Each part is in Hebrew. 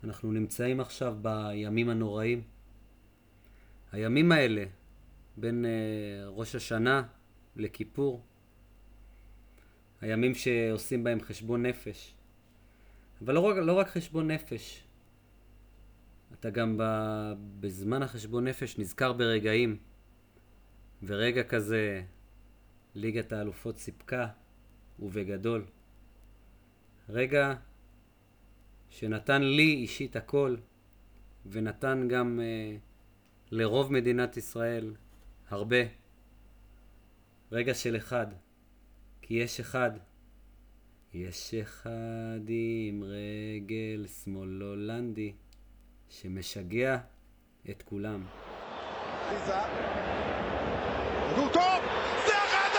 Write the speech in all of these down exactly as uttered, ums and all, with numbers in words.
אנחנו נמצאים עכשיו בימים הנוראים. הימים האלה, בין uh, ראש השנה לכיפור, הימים שעושים בהם חשבון נפש. אבל לא רק, לא רק חשבון נפש. אתה גם ב, בזמן החשבון נפש נזכר ברגעים. ורגע כזה ליגת האלופות סיפקה, ובגדול. רגע שנתן לי אישית הכל, ונתן גם uh, לרוב מדינת ישראל הרבה. רגע של אחד, כי יש אחד. יש אחד עם רגל שמאל הולנדי שמשגע את כולם. Lisa. Guto. זה אחד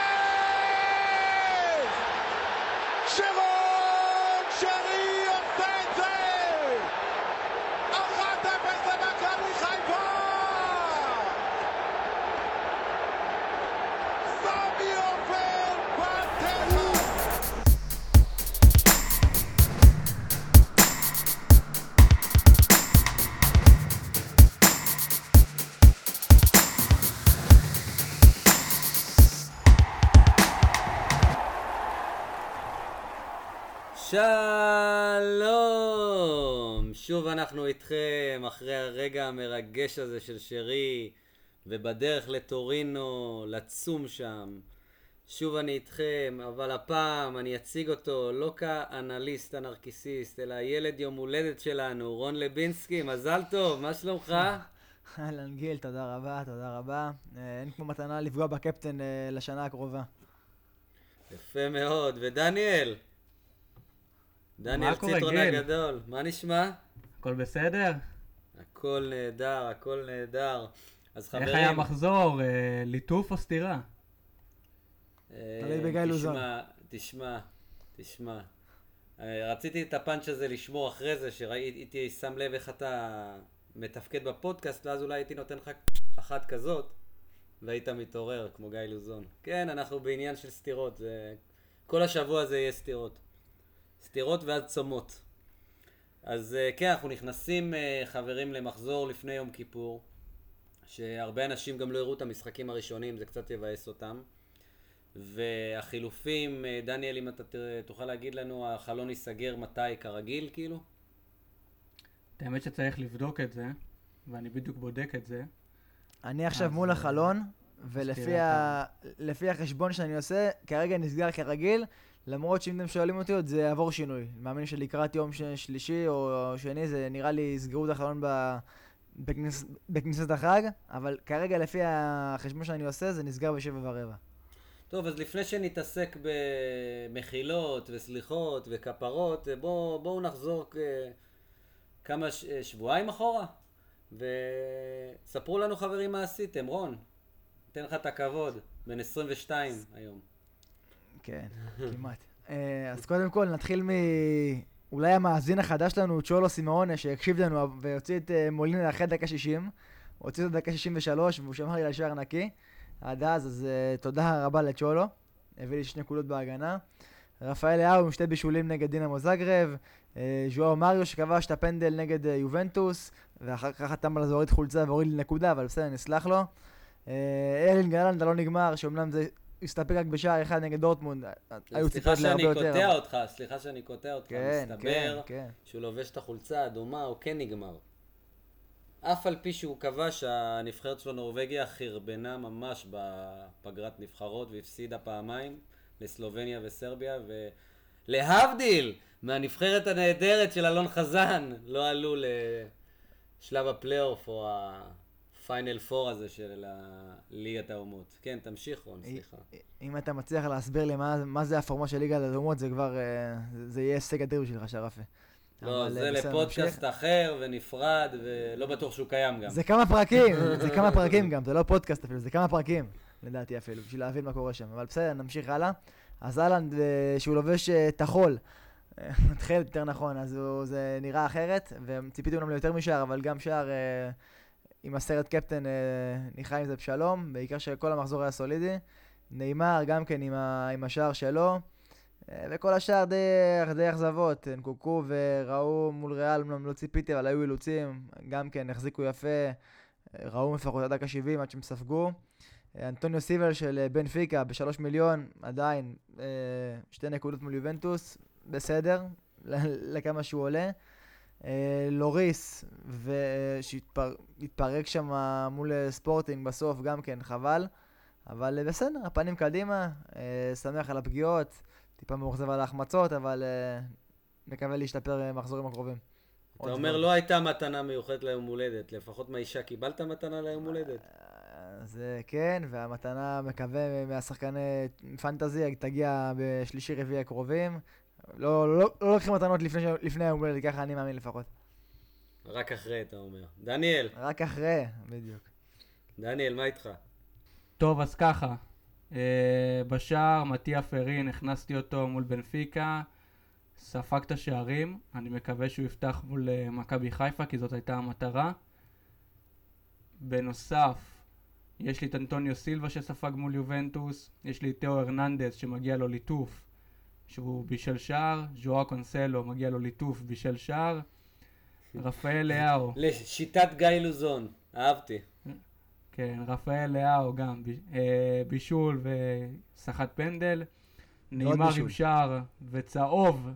הבית! שרון שרי עושה את זה! אחת אפס למכבי חיפה! סמי עופר בטבע! שלום! שוב אנחנו איתכם אחרי הרגע המרגש הזה של שרי, ובדרך לטורינו, לצום שם. שוב אני איתכם, אבל הפעם אני אציג אותו לא כאנליסט הנרקיסיסט, אלא ילד יום הולדת שלנו, רון לבינסקי. מזל טוב, מה שלומך? אהלן גיל, תודה רבה, תודה רבה. אין כמו מתנה לפגוע בקפטן לשנה הקרובה. יפה מאוד. ודניאל? דניאל ציטרון הגדול, מה נשמע? הכל בסדר? הכל נהדר, הכל נהדר. אז חברים... איך היה מחזור? אה, ליטוף או סתירה? אה, תלוי בגיא לוזון. תשמע, תשמע, תשמע. אה, רציתי את הפאנץ' הזה לשמור אחרי זה, שראיתי שם לב איך אתה מתפקד בפודקאסט, ואז אולי הייתי נותן לך אחת כזאת, והיית מתעורר כמו גיא לוזון. כן, אנחנו בעניין של סתירות, זה... כל השבוע הזה יהיה סתירות. סתירות ועד צומות. אז כן, אנחנו נכנסים, חברים, למחזור לפני יום כיפור, שהרבה אנשים גם לא הראו את המשחקים הראשונים, זה קצת יבאס אותם. והחילופים, דניאל, אם אתה תוכל להגיד לנו, החלון ייסגר מתי כרגיל, כאילו? האמת שצריך לבדוק את זה, ואני בדיוק בודק את זה. אני עכשיו מול החלון, ולפי ה... לפי החשבון שאני עושה, כרגע נסגר כרגיל, למרות שאם אתם שואלים אותי עוד זה יעבור שינוי. מאמין שלקראת יום שלישי או שני זה נראה לי יסגרו את החלון ב... בכניס... בכניסת החג, אבל כרגע לפי החשבון שאני עושה זה נסגר בשבע ורבע. טוב, אז לפני שנתעסק במחילות וסליחות וכפרות, בואו בוא נחזור כמה ש... שבועיים אחורה, וספרו לנו חברים מה עשיתם. רון, אתן לך את הכבוד, בן עשרים ושתיים היום. כן, כמעט. אז קודם כל נתחיל מ... אולי המאזין החדש שלנו, צ'ולו סימאונה, שהקשיב לנו והוציא את מולינה אחרי דקה שישים. הוא הוציא את דקה שישים ושלוש והוא שמר לי על שער נקי. עד אז, אז תודה רבה לצ'ולו. הביא לי שני נקודות בהגנה. רפאל לאהו עם שתי בישולים נגד דינמו זאגרב. ז'ואאו מריו שכבש את הפנדל נגד יובנטוס. ואחר כך חתם על זה הוריד חולצה והוריד לי נקודה, אבל בסדר, נסלח לו. ארלינג הלנד לא נגמר, שאומנם זה... הסתפק רק בשער אחד נגד דורטמונד, היו ציפות להרבה יותר. סליחה שאני קוטע אותך, סליחה שאני קוטע אותך, מסתבר שהוא לובש את החולצה האדומה, הוא כן נגמר. אף על פי שהוא כבש, הנבחרת שלו נורווגיה חרבנה ממש בפגרת נבחרות, והפסידה פעמיים לסלובניה וסרביה, ולהבדיל מהנבחרת הנהדרת של אלון חזן, לא עלו לשלב הפלייאוף או ה... פיינל פור הזה של ליגת האומות. כן, תמשיך רון, סליחה. אם אתה מצליח להסביר לי מה, מה זה הפורמה של ליגת האומות, זה כבר, זה יהיה הישג אדיר בשבילך, שרפי. לא, זה לפודקאסט אחר ונפרד, ולא בטוח שהוא קיים גם. זה כמה פרקים, זה כמה פרקים גם, זה לא פודקאסט אפילו, זה כמה פרקים, לדעתי אפילו, בשביל להבין מה קורה שם. אבל בסדר, נמשיך הלאה. אז אהלנד, שהוא לובש תחול, מתחיל יותר נכון, אז הוא, זה נראה אחרת, וציפיתי אומנם ליותר משער, אבל גם שער... עם הסרט קפטן ניחא עם זה בשלום, בעיקר שכל המחזור היה סולידי. ניימר גם כן עם, ה, עם השער שלו. אה, וכל השאר די, די אכזבות, נקוקו וראו מול ריאל, אמנם לא ציפיתי, אבל היו אילוצים, גם כן החזיקו יפה, אה, ראו לפחות עד דקה שבעים עד שהם ספגו. אה, אנטוניו סיבל של אה, בנפיקה בשלוש מיליון, עדיין אה, שתי נקודות מול יובנטוס, בסדר, לכמה שהוא עולה. אה, לוריס, שהתפרק שם מול ספורטינג בסוף, גם כן חבל, אבל אה, בסדר, הפנים קדימה, אה, שמח על הפגיעות, טיפה מאוכזב על ההחמצות, אבל אה, מקווה להשתפר מחזורים הקרובים. אתה אומר לא הייתה מתנה מיוחדת ליום הולדת, לפחות מהאישה קיבלת מתנה ליום הולדת? זה כן, והמתנה מקווה מהשחקני פנטזי תגיע בשלישי רביעי הקרובים. לא, לא, לא לוקחים מתנות לפני, לפני היום הולדת, ככה אני מאמין לפחות. רק אחרי, אתה אומר. דניאל. רק אחרי, בדיוק. דניאל, מה איתך? טוב, אז ככה. אה, בשער, מתיה פרין, הכנסתי אותו מול בנפיקה, ספג את השערים, אני מקווה שהוא יפתח מול אה, מכבי חיפה, כי זאת הייתה המטרה. בנוסף, יש לי את אנטוניו סילבה שספג מול יובנטוס, יש לי את תאו הרננדס שמגיע לו ליטוף, שהוא בישל שער, ז'ואר קונסלו מגיע לו ליטוף, בישל שער, רפאל לאו. לשיטת גיא לוזון, אהבתי. כן, רפאל לאו גם ב, אה, בישול וסחט פנדל, נאמר עם שער וצהוב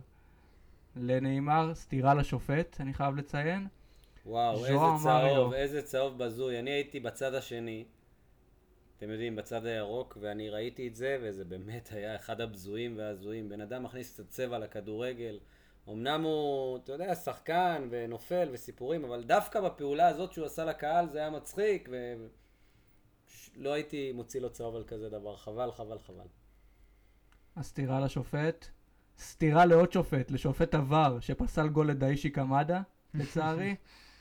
לנאמר, סתירה לשופט, אני חייב לציין. וואו, איזה צהוב, איזה צהוב בזוי. אני הייתי בצד השני, אתם יודעים, בצד הירוק, ואני ראיתי את זה, וזה באמת היה אחד הבזויים והזויים. בן אדם מכניס קצת צבע לכדורגל. אמנם הוא, אתה יודע, שחקן ונופל וסיפורים, אבל דווקא בפעולה הזאת שהוא עשה לקהל זה היה מצחיק, ולא הייתי מוציא לו צהוב על כזה דבר. חבל, חבל, חבל. הסתירה לשופט. סתירה לעוד שופט, לשופט עבר, שפסל גול לדאישי קמדה, לצערי.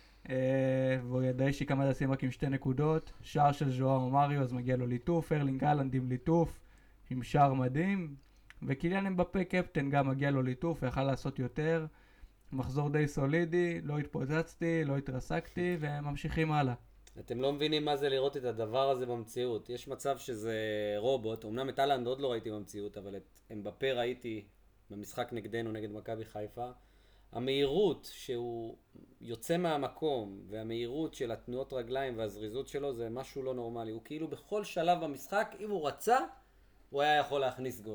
והוא דאישי קמדה שים רק עם שתי נקודות. שער של ז'ואר מריו, אז מגיע לו ליטוף. ארלינג הלנד עם ליטוף, עם שער מדהים. וקיליאן אמבפה קפטן גם מגיע לו ליטוף, ויכל לעשות יותר. מחזור די סולידי, לא התפוצצתי, לא התרסקתי, וממשיכים הלאה. אתם לא מבינים מה זה לראות את הדבר הזה במציאות. יש מצב שזה רובוט, אמנם את הלנד עוד לא ראיתי במציאות, אבל את אמבפה ראיתי במשחק נגדנו, נגד מכבי חיפה. המהירות שהוא יוצא מהמקום, והמהירות של התנועות רגליים והזריזות שלו, זה משהו לא נורמלי. הוא כאילו בכל שלב במשחק, אם הוא רצה, הוא היה יכול להכניס גול.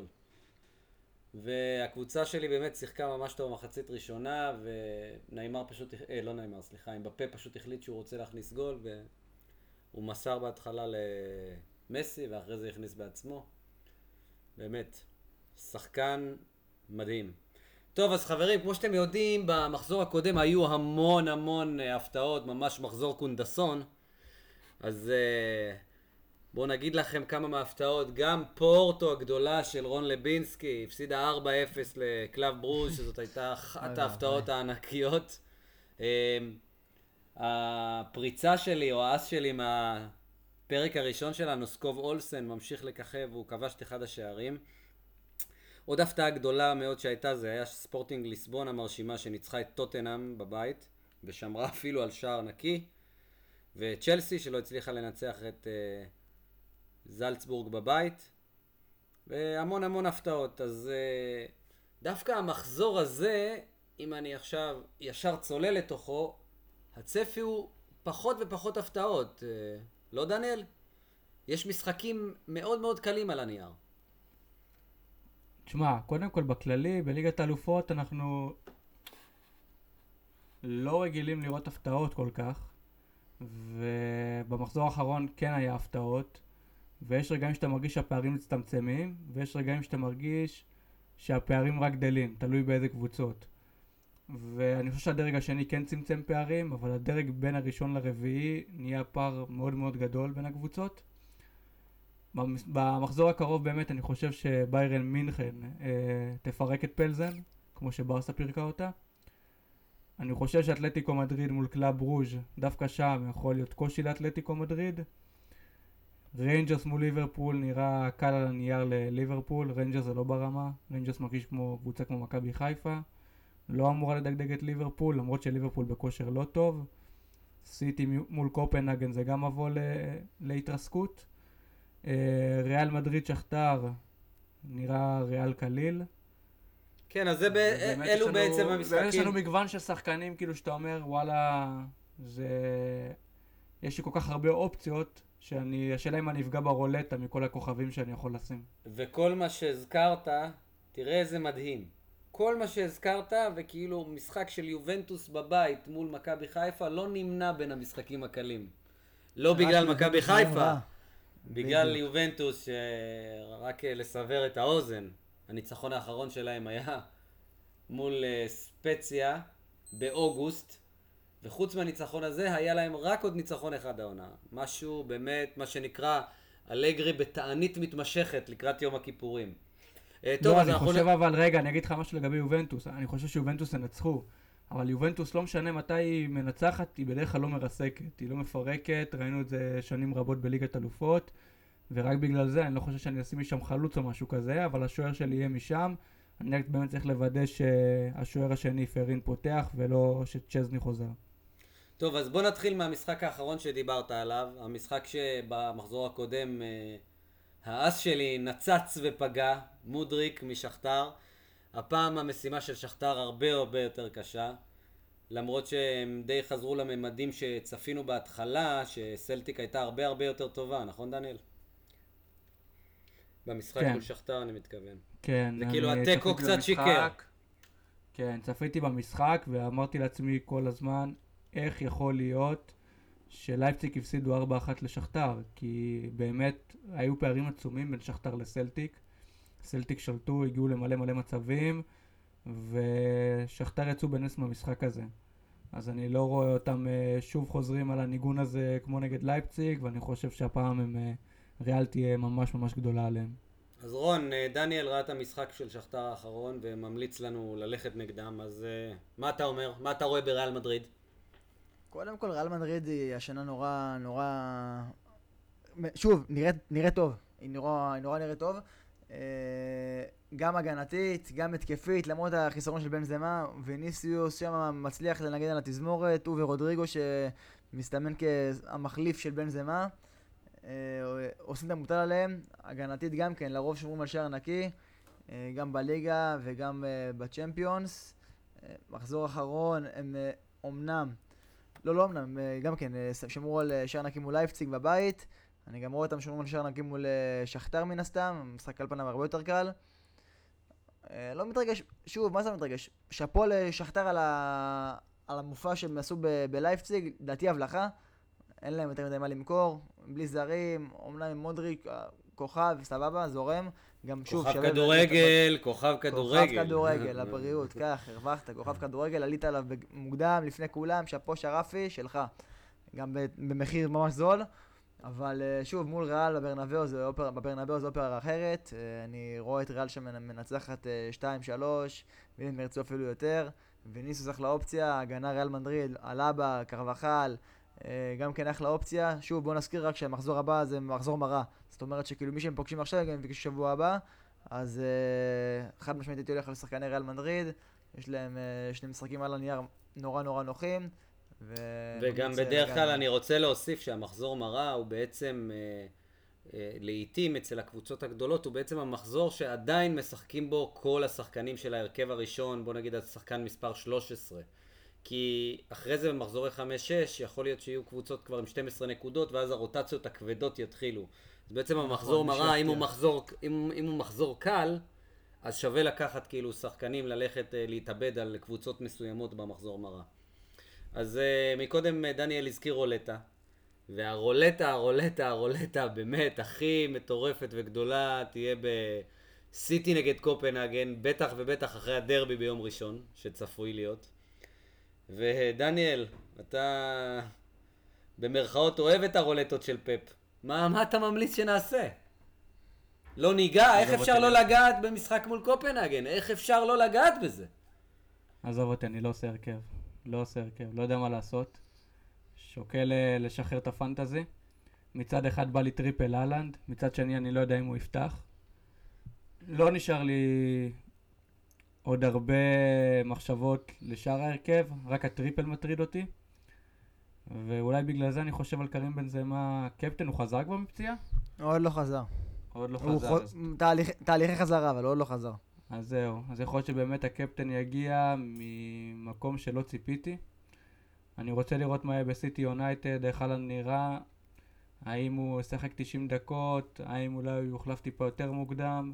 והקבוצה שלי באמת שיחקה ממש טוב מחצית ראשונה, וניימר פשוט, אה, לא ניימר, סליחה, אמבפה פשוט החליט שהוא רוצה להכניס גול, והוא מסר בהתחלה למסי, ואחרי זה הכניס בעצמו. באמת, שחקן מדהים. טוב, אז חברים, כמו שאתם יודעים, במחזור הקודם היו המון המון הפתעות, ממש מחזור קונדסון. אז בואו נגיד לכם כמה מההפתעות. גם פורטו הגדולה של רון לבינסקי הפסידה ארבע אפס לקלאב ברוז', שזאת הייתה אחת ההפתעות הענקיות. הפריצה שלי או האס שלי מהפרק הראשון שלנו, סקוב אולסן, ממשיך לככב, והוא כבש את אחד השערים. עוד הפתעה גדולה מאוד שהייתה, זה היה ספורטינג ליסבון המרשימה שניצחה את טוטנהאם בבית, ושמרה אפילו על שער נקי, וצ'לסי שלא הצליחה לנצח את uh, זלצבורג בבית, והמון המון הפתעות. אז uh, דווקא המחזור הזה, אם אני עכשיו ישר צולל לתוכו, הצפי הוא פחות ופחות הפתעות. Uh, לא דניאל? יש משחקים מאוד מאוד קלים על הנייר. תשמע, קודם כל בכללי, בליגת האלופות אנחנו לא רגילים לראות הפתעות כל כך, ובמחזור האחרון כן היה הפתעות, ויש רגעים שאתה מרגיש שהפערים מצטמצמים, ויש רגעים שאתה מרגיש שהפערים רק גדלים, תלוי באיזה קבוצות. ואני חושב שהדרג השני כן צמצם פערים, אבל הדרג בין הראשון לרביעי נהיה פער מאוד מאוד גדול בין הקבוצות. במחזור הקרוב באמת אני חושב שביירן מינכן אה, תפרק את פלזן, כמו שברסה פירקה אותה. אני חושב שאתלטיקו מדריד מול קלאב רוז' דווקא שם יכול להיות קושי לאתלטיקו מדריד. ריינג'רס מול ליברפול נראה קל על הנייר לליברפול, ריינג'רס זה לא ברמה, ריינג'רס מרגיש כמו קבוצה כמו מכבי חיפה, לא אמורה לדגדג את ליברפול, למרות שליברפול בכושר לא טוב. סיטי מול קופנהגן זה גם מבוא להתרסקות. ריאל מדריד שכתר נראה ריאל קליל, כן, אז זה ב- ובאמת יש אלו לנו- בעצם באמת יש המשחקים. לנו מגוון של שחקנים, כאילו שאתה אומר, וואלה, זה... יש לי כל כך הרבה אופציות, שאני, השאלה אם אני אפגע ברולטה מכל הכוכבים שאני יכול לשים. וכל מה שהזכרת, תראה איזה מדהים. כל מה שהזכרת, וכאילו משחק של יובנטוס בבית מול מכבי חיפה, לא נמנע בין המשחקים הקלים. לא רק בגלל יובנטוס מכבי זה חיפה, רע. בגלל בדיוק. יובנטוס, שרק לסבר את האוזן, הניצחון האחרון שלהם היה מול אה, ספציה באוגוסט, וחוץ מהניצחון הזה היה להם רק עוד ניצחון אחד העונה. משהו באמת, מה שנקרא אלגרי בתענית מתמשכת לקראת יום הכיפורים. אה, טוב, לא, אז אני אנחנו חושב נ- אבל, רגע, אני אגיד לך משהו לגבי יובנטוס. אני חושב שיובנטוס ינצחו, אבל יובנטוס לא משנה מתי היא מנצחת, היא בדרך כלל לא מרסקת, היא לא מפרקת, ראינו את זה שנים רבות בליגת אלופות, ורק בגלל זה אני לא חושב שאני אשים משם חלוץ או משהו כזה, אבל השוער שלי יהיה משם. אני רק באמת צריך לוודא שהשוער השני פרין פותח ולא שצ'זני חוזר. טוב, אז בוא נתחיל מהמשחק האחרון שדיברת עליו, המשחק שבמחזור הקודם אה, האס שלי נצץ ופגע, מודריק משכתר. הפעם המשימה של שכתר הרבה הרבה יותר קשה, למרות שהם די חזרו לממדים שצפינו בהתחלה, שסלטיק הייתה הרבה הרבה יותר טובה, נכון דניאל? במשחק כן. מול שכתר אני מתכוון. כן, זה כאילו אני התיקו צפיתי קצת במשחק. שיקר. כן, צפיתי במשחק ואמרתי לעצמי כל הזמן, איך יכול להיות שלייפציג הפסידו ארבע אחת לשכתר, כי באמת היו פערים עצומים בין שכתר לסלטיק. סלטיק שלטו, הגיעו למלא מלא מצבים, ושכתר יצאו בנס מהמשחק הזה. אז אני לא רואה אותם אה, שוב חוזרים על הניגון הזה כמו נגד לייפציג, ואני חושב שהפעם הם אה, ריאל תהיה ממש ממש גדולה עליהם. אז רון, אה, דניאל ראה את המשחק של שכתר האחרון וממליץ לנו ללכת נגדם, אז אה, מה אתה אומר? מה אתה רואה בריאל מדריד? קודם כל, ריאל מדריד היא השנה נורא, נורא... שוב, נראית, נראית טוב. היא נורא, היא נורא נראית טוב. אה, גם הגנתית, גם התקפית, למרות החיסרון של בנזמה, ויניסיוס שם מצליח לנגן על התזמורת, הוא ורודריגו שמסתמן כהמחליף של בנזמה. אה, עושים את המוטל עליהם. הגנתית גם כן, לרוב שומרים על שער נקי, אה, גם בליגה וגם אה, בצ'מפיונס. אה, מחזור אחרון, הם אה, אומנם לא, לא אמנם, גם כן, שמרו על שער נקי מול לייפציג בבית. אני גם רואה אותם שמרו על שער נקי מול שכתר מן הסתם, משחק על פניו הרבה יותר קל. לא מתרגש, שוב, מה זה מתרגש? שאפו לשכתר על, ה... על המופע שהם עשו ב... בלייפציג, לדעתי הבלחה. אין להם יותר מדי מה למכור, בלי זרים, אומנם עם מודריק, כוכב, סבבה, זורם. גם שוב, כוכב כדורגל, כוכב כדורגל. כוכב כדורגל, לבריאות, כך, הרווחת, כוכב כדורגל, עלית עליו מוקדם, לפני כולם, שאפו שרפי, שלך. גם במחיר ממש זול, אבל שוב, מול ריאל בברנבאו זה אופרה, בברנבאו זה אופרה אחרת. אני רואה את ריאל שמנצחת שתיים שלוש, ואם הם ירצו אפילו יותר. וניסוס אחלה אופציה, הגנה ריאל מדריד, אלאבה, קרבחל, גם כן אחלה אופציה. שוב, בואו נזכיר רק שהמחזור הבא זה מחזור מראה. זאת אומרת שכאילו מי שהם פוגשים עכשיו, גם יפגשו שבוע הבא. אז uh, חד משמעית הייתי הולך על שחקני ריאל מדריד. יש להם uh, שני משחקים על הנייר נורא נורא נוחים. ו... וגם בדרך כלל אני רוצה להוסיף שהמחזור מראה הוא בעצם, uh, uh, לעתים אצל הקבוצות הגדולות, הוא בעצם המחזור שעדיין משחקים בו כל השחקנים של ההרכב הראשון, בוא נגיד השחקן מספר שלוש עשרה. כי אחרי זה במחזורי חמש שש יכול להיות שיהיו קבוצות כבר עם שתים עשרה נקודות, ואז הרוטציות הכבדות יתחילו. אז בעצם המחזור מראה, אם הוא מחזור, אם, אם הוא מחזור קל, אז שווה לקחת כאילו שחקנים ללכת להתאבד על קבוצות מסוימות במחזור מראה. אז מקודם דניאל הזכיר רולטה, והרולטה, הרולטה, הרולטה באמת הכי מטורפת וגדולה תהיה בסיטי נגד קופנהגן, בטח ובטח אחרי הדרבי ביום ראשון, שצפוי להיות. ודניאל, אתה במרכאות אוהב את הרולטות של פפ. מה, מה אתה ממליץ שנעשה? לא ניגע, איך אפשר לא לגעת במשחק מול קופנהגן? איך אפשר לא לגעת בזה? עזוב אותי, אני לא עושה הרכב. לא עושה הרכב, לא יודע מה לעשות. שוקל לשחרר את הפנטזי. מצד אחד בא לי טריפל הלנד, מצד שני אני לא יודע אם הוא יפתח. לא נשאר לי עוד הרבה מחשבות לשאר ההרכב, רק הטריפל מטריד אותי. ואולי בגלל זה אני חושב על קרים בנזמה. קפטן, הוא חזר כבר מפציעה? עוד לא חזר. עוד לא הוא חזר. חוז... אז... תהליך... תהליכי חזרה, אבל עוד לא חזר. אז זהו, אז יכול להיות שבאמת הקפטן יגיע ממקום שלא ציפיתי. אני רוצה לראות מה יהיה בסיטי יונייטד, איך הלנד נראה, האם הוא ישחק תשעים דקות, האם אולי הוא יוחלף טיפה יותר מוקדם.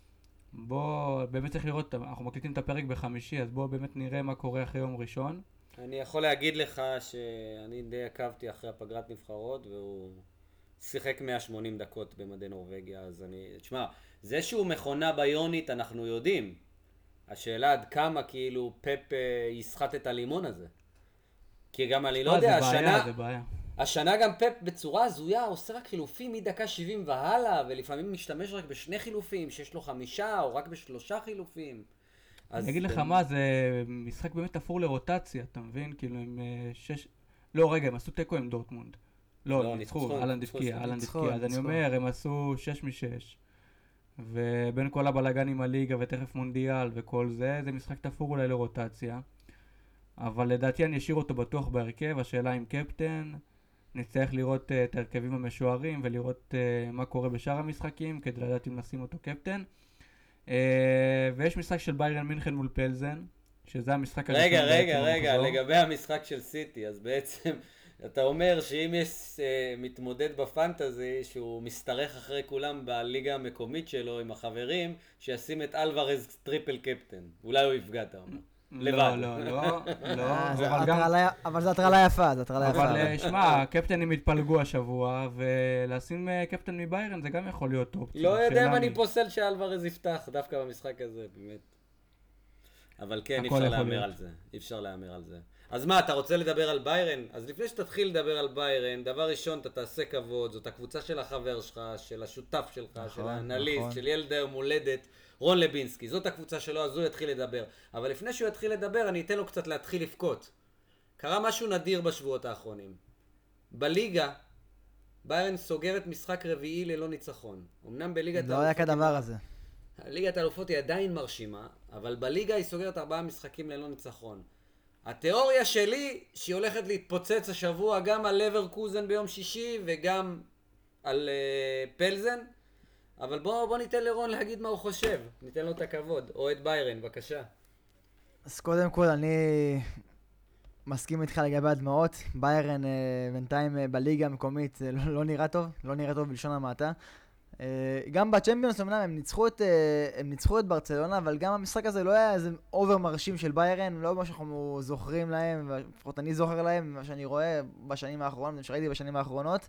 בוא, באמת צריך לראות, אנחנו מקליטים את הפרק בחמישי, אז בוא באמת נראה מה קורה אחרי יום ראשון. אני יכול להגיד לך שאני די עקבתי אחרי הפגרת נבחרות, והוא שיחק מאה ושמונים דקות במדי נורווגיה, אז אני... תשמע, זה שהוא מכונה ביונית אנחנו יודעים. השאלה עד כמה כאילו פפ אה, יסחט את הלימון הזה. כי גם אני לא אה, יודע, זה בעיה, השנה... זה בעיה. השנה גם פפ בצורה הזויה עושה רק חילופים מדקה שבעים והלאה, ולפעמים משתמש רק בשני חילופים, שיש לו חמישה או רק בשלושה חילופים. אני אגיד לך מה, זה משחק באמת תפור לרוטציה, אתה מבין? כאילו הם אה, שש... לא, רגע, הם עשו תיקו עם דורטמונד. לא, לא, הם ניצחו, ניצחו, אהלנד ניצחו, הבקיע, אהלנד ניצחו, הבקיע. אז אני ניצחו. אומר, הם עשו שש משש. ובין כל הבלגן עם הליגה ותכף מונדיאל וכל זה, זה משחק תפור אולי לרוטציה. אבל לדעתי אני אשאיר אותו בטוח בהרכב, השאלה עם קפטן. נצטרך לראות uh, את הרכבים המשוערים ולראות uh, מה קורה בשאר המשחקים כדי לדעת אם נשים אותו קפטן. Uh, ויש משחק של ביירן מינכן מול פלזן, שזה המשחק הראשון. רגע, רגע, בעצם רגע, במחזור. לגבי המשחק של סיטי, אז בעצם אתה אומר שאם יש uh, מתמודד בפנטזי שהוא משתרך אחרי כולם בליגה המקומית שלו עם החברים, שישים את אלוורז טריפל קפטן. אולי הוא יפגע, אתה אומר. לבד. לא, לא, לא, לא, אה, זה אבל גם... הטרלה- אבל זו הטרלה יפה, זו הטרלה יפה. אבל אה, שמע, הקפטנים התפלגו השבוע, ולשים אה, קפטן מביירן זה גם יכול להיות אופציה. לא יודע השאלה אם אני מי. פוסל שאלוורז יפתח דווקא במשחק הזה, באמת. אבל כן, אי הכל אפשר יכול להמר להיות. על זה. אי אפשר להמר על זה. אז מה, אתה רוצה לדבר על ביירן? אז לפני שתתחיל לדבר על ביירן, דבר ראשון, אתה תעשה כבוד, זאת הקבוצה של החבר שלך, של השותף שלך, נכון, של האנליסט, נכון. של ילד היום הולדת, רון לבינסקי. זאת הקבוצה שלו, אז הוא יתחיל לדבר. אבל לפני שהוא יתחיל לדבר, אני אתן לו קצת להתחיל לבכות. קרה משהו נדיר בשבועות האחרונים. בליגה, ביירן סוגרת משחק רביעי ללא ניצחון. אמנם בליגת לא היה כדבר הזה. ליגת האלופות היא עדיין מרשימה, אבל בליגה היא סוגרת ארבעה משחקים ללא ניצחון. התיאוריה שלי שהיא הולכת להתפוצץ השבוע גם על לברקוזן ביום שישי וגם על uh, פלזן, אבל בוא, בוא ניתן לרון להגיד מה הוא חושב, ניתן לו את הכבוד. אוהד ביירן, בבקשה. אז קודם כל אני מסכים איתך לגבי הדמעות. ביירן אה, בינתיים אה, בליגה המקומית זה לא, לא נראה טוב, לא נראה טוב בלשון המעטה. אה, גם בצ'מפיונס אמנם הם ניצחו את אה, הם ניצחו את ברצלונה, אבל גם המשחק הזה לא היה איזה אובר מרשים של ביירן, לא מה שאנחנו זוכרים להם, לפחות אני זוכר להם, מה שאני רואה בשנים האחרונות, מה שראיתי בשנים האחרונות.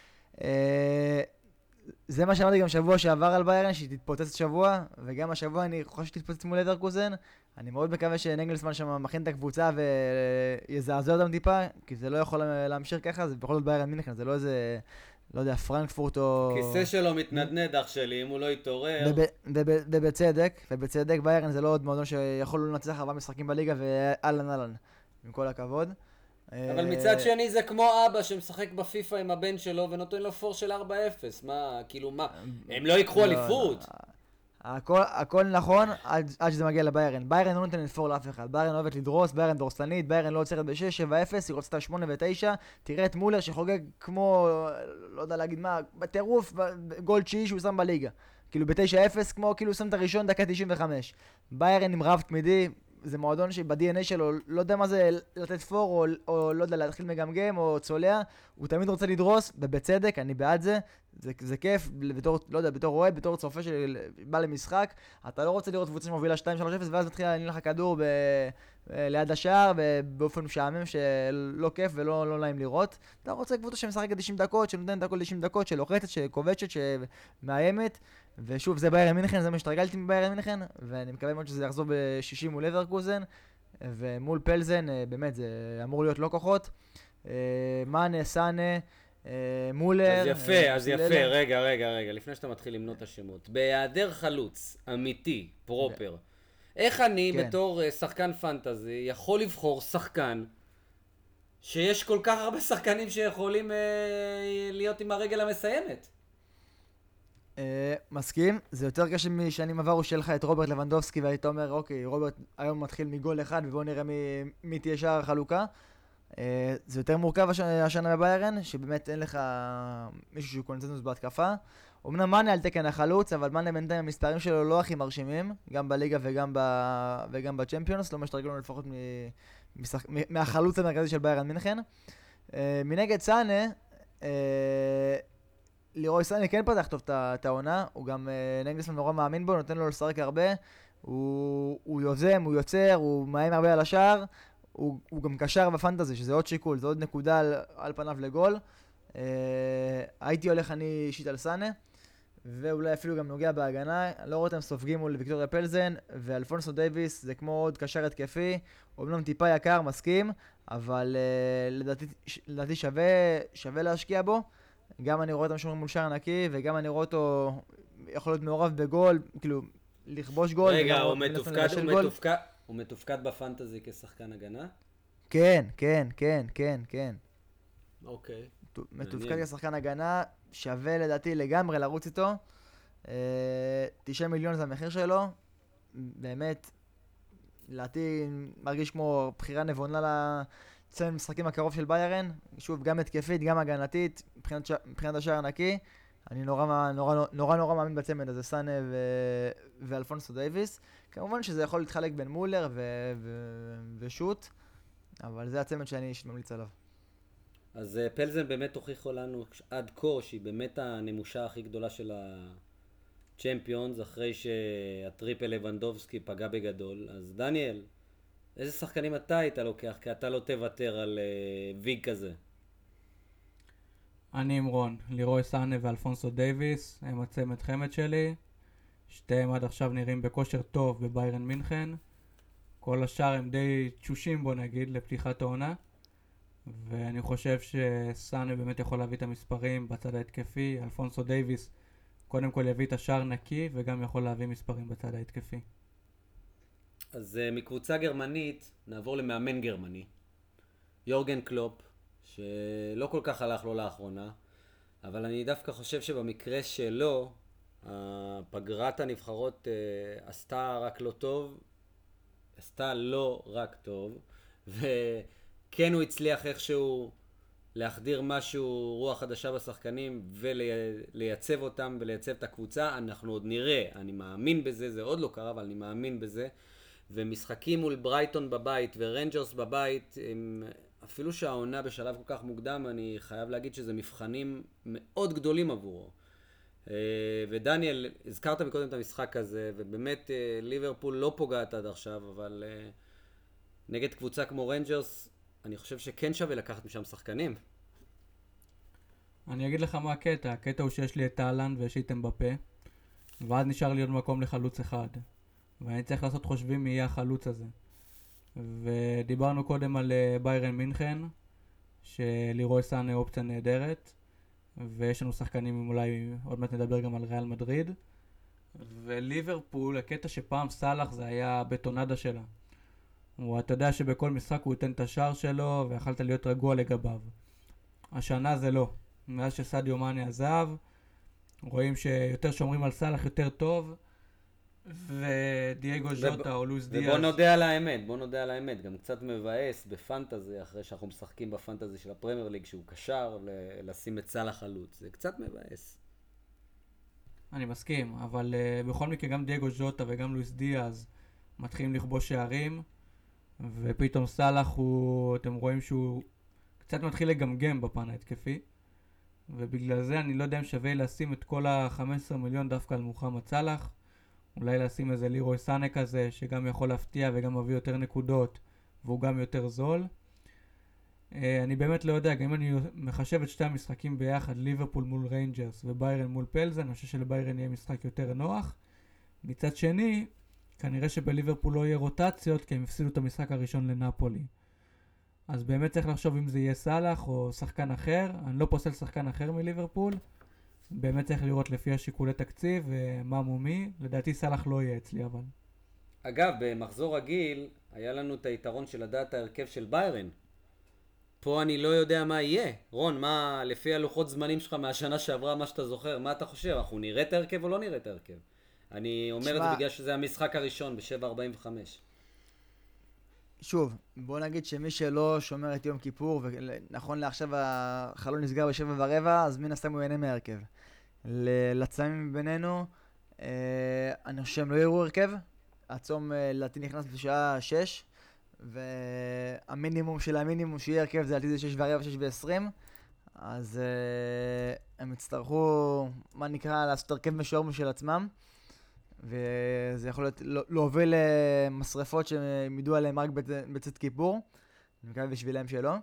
אה, זה מה שאמרתי גם שבוע שעבר על ביירן, שהיא תתפוצץ שבוע, וגם השבוע אני חושב שתתפוצץ מול לברקוזן. אני מאוד מקווה שנגלסמן שם מכין את הקבוצה ויזעזע אותם טיפה, כי זה לא יכול להמשיך ככה, זה בכל זאת ביירן מינכן, זה לא איזה, לא יודע, פרנקפורט או... כיסא שלו מתנדנד אח שלי, אם הוא לא יתעורר. וב- וב- ובצדק, ובצדק ביירן זה לא עוד מועדון שיכול לנצח ארבעה משחקים בליגה ואלן אלן, עם כל הכבוד. אבל מצד שני זה כמו אבא שמשחק בפיפה עם הבן שלו ונותן לו פור של ארבע אפס. מה, כאילו מה, הם לא ייקחו לא, אליפות. לא. הכל, הכל נכון עד, עד שזה מגיע לביירן. ביירן לא נותן לפור לאף אחד. ביירן אוהבת לדרוס, ביירן דורסנית, ביירן לא עוצרת ב-שש שבע אפס, היא רוצה שמונה ותשע. תראה את מולר שחוגג כמו, לא יודע להגיד מה, בטירוף, גול תשיעי שהוא שם בליגה. כאילו ב-תשע אפס, כמו כאילו הוא שם את הראשון דקה תשעים וחמש. ביירן עם רב תמידי, זה מועדון שב-די אן איי שלו, לא יודע מה זה לתת פור, או, או לא יודע, להתחיל מגמגם, או צולע, הוא תמיד רוצה לדרוס, ובצדק, אני בעד זה, זה, זה כיף, בתור, לא יודע, בתור אוהד, בתור צופה שבא למשחק, אתה לא רוצה לראות קבוצה שמובילה שתיים שלוש אפס, ואז מתחיל להניע לך כדור ב, ליד השער, באופן משעמם שלא כיף ולא לא נעים לראות. אתה רוצה קבוצה שמשחקת תשעים דקות, שנותנת הכל תשעים דקות, שלוחצת, שכובשת, שמאיימת, ושוב, זה ביירן מינכן, זה מה שתרגלתי מביירן מינכן, ואני מקווה מאוד שזה יחזור ב-שישים מול לברקוזן, ומול פלזן, באמת, זה אמור להיות לא כוחות. מאנה, סאנה, מולר. אז יפה, אז יפה, רגע, רגע, רגע, לפני שאתה מתחיל למנות את השמות. בהיעדר חלוץ, אמיתי, פרופר, איך אני כן. בתור שחקן פנטזי יכול לבחור שחקן שיש כל כך הרבה שחקנים שיכולים אה, להיות עם הרגל המסיימת? Uh, מסכים, זה יותר קשה משנים עברו שלך את רוברט לבנדובסקי והיית אומר אוקיי, רוברט היום מתחיל מגול אחד ובואו נראה מי, מי תהיה שער החלוקה. uh, זה יותר מורכב הש... השנה בביירן, שבאמת אין לך מישהו שהוא קונצנזוס בהתקפה. אמנם מאנה על תקן החלוץ, אבל מאנה בינתיים המספרים שלו לא הכי מרשימים, גם בליגה וגם, ב... וגם בצ'מפיונס, לא משתרגלנו לפחות מ... משח... מהחלוץ המרכזי של ביירן מינכן. Uh, מנגד סאנה, uh, לירוי סאנה כן פתח טוב את העונה, הוא גם uh, נגלסמן נורא מאמין בו, נותן לו לשחק הרבה, הוא, הוא יוזם, הוא יוצר, הוא מאיים הרבה על השער, הוא, הוא גם קשר בפנטזי, שזה עוד שיקול, זה עוד נקודה על, על פניו לגול. Uh, הייתי הולך אני אישית על סאנה, ואולי אפילו גם נוגע בהגנה, לא רואה אותם סופגים מול ויקטוריה פלזן, ואלפונסו דייביס זה כמו עוד קשר התקפי, אומנם טיפה יקר, מסכים, אבל uh, לדעתי, לדעתי שווה, שווה להשקיע בו. גם אני רואה אותם שומרים מול שער נקי, וגם אני רואה אותו יכול להיות מעורב בגול, כאילו לכבוש גול. רגע, הוא מתופקד, הוא, מתופקד, הוא מתופקד בפנטזי כשחקן הגנה? כן, כן, כן, כן, כן. אוקיי. מתופקד כשחקן הגנה, שווה לדעתי לגמרי לרוץ איתו. תשעה מיליון זה המחיר שלו. באמת, לדעתי מרגיש כמו בחירה נבונה לצלם משחקים הקרוב של ביירן. שוב, גם התקפית, גם הגנתית, מבחינת, ש... מבחינת השער הנקי. אני נורא נורא, נורא, נורא מאמין בצמד הזה, סאנה ו... ואלפונסו דייביס. כמובן שזה יכול להתחלק בין מולר ו... ו... ושוט, אבל זה הצמד שאני אישית ממליץ עליו. אז פלזן באמת הוכיחו לנו עד כה שהיא באמת הנמושה הכי גדולה של הצ'מפיונס, אחרי שהטריפל לבנדובסקי פגע בגדול. אז דניאל, איזה שחקנים אתה היית לוקח? כי אתה לא תוותר על ויג כזה. אני עם רון, לירוי סאנה ואלפונסו דייביס, הם הצמד חמד שלי. שתיהם עד עכשיו נראים בכושר טוב בביירן מינכן. כל השאר הם די תשושים בוא נגיד לפתיחת העונה. ואני חושב שסאנה באמת יכול להביא את המספרים בצד ההתקפי. אלפונסו דייביס קודם כל יביא את השער נקי וגם יכול להביא מספרים בצד ההתקפי. אז uh, מקבוצה גרמנית נעבור למאמן גרמני, יורגן קלופ, שלא כל כך הלך לו לאחרונה, אבל אני דווקא חושב שבמקרה שלו פגרת הנבחרות uh, עשתה רק לא טוב, עשתה לא רק טוב, וכן הוא הצליח איכשהו להחדיר משהו, רוח חדשה בשחקנים ולייצב אותם ולייצב את הקבוצה. אנחנו עוד נראה, אני מאמין בזה, זה עוד לא קרה אבל אני מאמין בזה. ומשחקים מול ברייטון בבית ורנג'רס בבית, הם, אפילו שהעונה בשלב כל כך מוקדם, אני חייב להגיד שזה מבחנים מאוד גדולים עבורו. ודניאל, הזכרת מקודם את המשחק הזה, ובאמת ליברפול לא פוגעת עד עכשיו, אבל נגד קבוצה כמו רנג'רס, אני חושב שכן שווה לקחת משם שחקנים. אני אגיד לך מה הקטע, הקטע הוא שיש לי את טאלנד ויש לי את אמבפה, ואז נשאר לי עוד מקום לחלוץ אחד. ואני צריך לעשות חושבים מי יהיה החלוץ הזה. ודיברנו קודם על ביירן מינכן, שלירוי סאנה אופציה נהדרת, ויש לנו שחקנים, אולי עוד מעט נדבר גם על ריאל מדריד. וליברפול, הקטע שפעם סלאח זה היה בטונדה שלה. ואתה יודע שבכל משחק הוא ייתן את השער שלו, ויכלת להיות רגוע לגביו. השנה זה לא. מאז שסדיו מאנה עזב, רואים שיותר שומרים על סלאח יותר טוב, ודייגו ז'וטה או לואיס דיאז. ובוא נודה על האמת, בוא נודה על האמת. גם קצת מבאס בפנטזי, אחרי שאנחנו משחקים בפנטזי של הפרמייר ליג, שהוא קשר, לשים את סלאח חלוץ. זה קצת מבאס. אני מסכים, אבל uh, בכל מקרה גם דייגו ז'וטה וגם לואיס דיאז מתחילים לכבוש שערים, ופתאום סלאח הוא, אתם רואים שהוא קצת מתחיל לגמגם בפן ההתקפי, ובגלל זה אני לא יודע אם שווה לשים את כל ה-חמישה עשר מיליון דווקא על מוחמד סלאח. אולי לשים איזה לירוי סאנה כזה שגם יכול להפתיע וגם מביא יותר נקודות והוא גם יותר זול. אני באמת לא יודע, גם אם אני מחשב את שתי המשחקים ביחד, ליברפול מול ריינג'רס וביירן מול פלזן, אני חושב שלביירן יהיה משחק יותר נוח. מצד שני, כנראה שבליברפול לא יהיה רוטציות כי הם הפסידו את המשחק הראשון לנאפולי. אז באמת צריך לחשוב אם זה יהיה סלאח או שחקן אחר. אני לא פוסל שחקן אחר מליברפול. באמת צריך לראות לפי השיקולי תקציב ומה מומי. לדעתי סלאח לא יהיה אצלי אבל. אגב, במחזור רגיל היה לנו את היתרון של לדעת ההרכב של ביירן. פה אני לא יודע מה יהיה. רון, מה לפי הלוחות זמנים שלך מהשנה שעברה, מה שאתה זוכר, מה אתה חושב? אנחנו נראה את ההרכב או לא נראה את ההרכב? אני אומר שמה... את זה בגלל שזה המשחק הראשון ב-שבע ארבעים וחמש. שוב, בוא נגיד שמי שלא שומר את יום כיפור, ונכון לעכשיו החלון נסגר בשבע ורבע, אז מן הסתם הוא ייהנה מהרכב. ל- לצמים בינינו, אה, אני חושב שהם לא יראו הרכב. הצום אה, לדעתי נכנס בשעה שש, והמינימום של המינימום שיהיה הרכב זה לדעתי זה שש ורבע, שש ועשרים. אז uh, הם יצטרכו, מה נקרא, לעשות הרכב משוער משל עצמם, וזה יכול להיות, לא, להוביל למשרפות שהם ידעו עליהם רק בצ- בצאת כיפור, אני מקווה בשבילם שלא.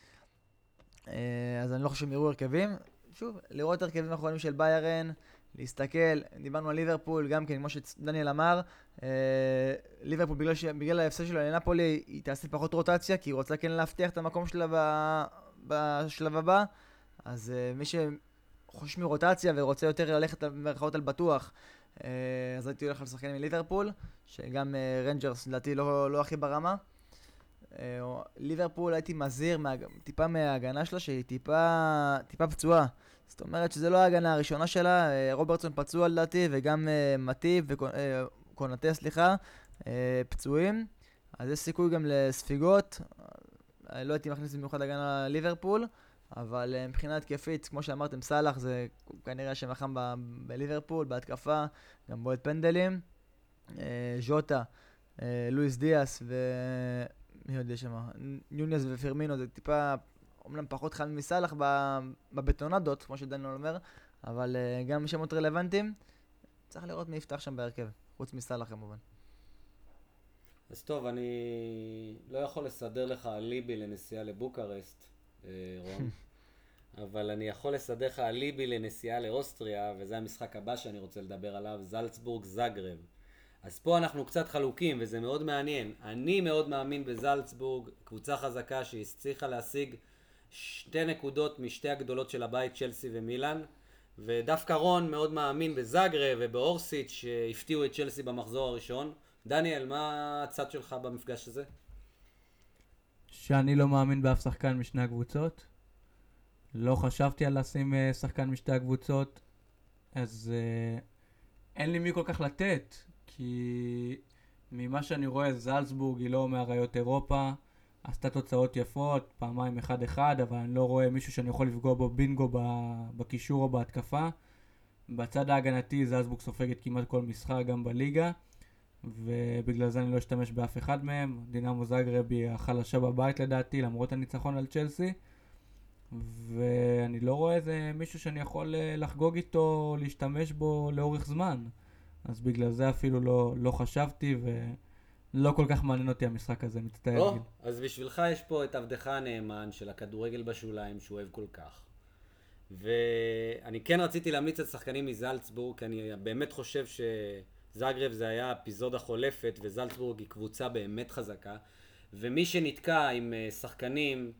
Uh, אז אני לא חושב שהם יראו הרכבים. שוב, לראות הרכבים האחרונים של ביירן, להסתכל, דיברנו על ליברפול, גם כן, כמו שדניאל אמר, uh, ליברפול בגלל, ש... בגלל ההפסד שלו לנפולי, היא תעשה פחות רוטציה, כי היא רוצה כן להבטיח את המקום שלה ב... בשלב הבא, אז uh, מי שחושש מרוטציה ורוצה יותר ללכת במרכאות על בטוח, uh, אז הייתי הולך על שחקנים מליברפול, שגם uh, רנג'רס לדעתי לא, לא הכי ברמה. Uh, ליברפול הייתי מזהיר מה, טיפה מההגנה שלה, שהיא טיפה, טיפה פצועה. זאת אומרת שזה לא ההגנה הראשונה שלה, uh, רוברטסון פצוע לדעתי, וגם uh, מטיב וקונטה, uh, סליחה, uh, פצועים. אז יש סיכוי גם לספיגות. לא הייתי מכניס במיוחד הגנה לליברפול, אבל uh, מבחינה התקפית, כמו שאמרתם, סלאח זה כנראה שם החם ב- בליברפול, בהתקפה, גם בועט פנדלים. uh, ז'וטה, uh, לואיס דיאס ומי יודע שמה, ניוניאז ופירמינו, זה טיפה, אומנם פחות חם מסלאח בבטונדות, כמו שדניאל אומר, אבל uh, גם שמות רלוונטיים, צריך לראות מי יפתח שם בהרכב, חוץ מסלאח כמובן. אז טוב, אני לא יכול לסדר לך אליבי לנסיעה לבוקרשט, אה, רון, אבל אני יכול לסדר לך אליבי לנסיעה לאוסטריה, וזה המשחק הבא שאני רוצה לדבר עליו, זלצבורג זאגרב. אז פה אנחנו קצת חלוקים, וזה מאוד מעניין. אני מאוד מאמין בזלצבורג, קבוצה חזקה שהצליחה להשיג שתי נקודות משתי הגדולות של הבית, צ'לסי ומילאן, ודווקא רון מאוד מאמין בזאגרב ובאורסיץ' שהפתיעו את צ'לסי במחזור הראשון. דניאל, מה הצד שלך במפגש הזה? שאני לא מאמין באף שחקן משני הקבוצות. לא חשבתי על לשים uh, שחקן משתי הקבוצות, אז uh, אין לי מי כל כך לתת, כי ממה שאני רואה זלצבורג היא לא מאריות אירופה, עשתה תוצאות יפות, פעמיים אחד אחד, אבל אני לא רואה מישהו שאני יכול לפגוע בו בינגו בקישור או בהתקפה. בצד ההגנתי זלצבורג סופגת כמעט כל משחק גם בליגה, ובגלל זה אני לא אשתמש באף אחד מהם. דינמו זאגרב היא החלשה בבית לדעתי, למרות הניצחון על צ'לסי, ואני לא רואה איזה מישהו שאני יכול לחגוג איתו, להשתמש בו לאורך זמן, אז בגלל זה אפילו לא, לא חשבתי, ולא כל כך מעניין אותי המשחק הזה, מצטער. לא, אז בשבילך יש פה את עבדך הנאמן של הכדורגל בשוליים שהוא אוהב כל כך, ואני כן רציתי להמליץ על שחקנים מזלצבורג, כי אני באמת חושב ש... זאגרב זה היה אפיזודה חולפת, וזלצבורג היא קבוצה באמת חזקה, ומי שנתקע עם שחקנים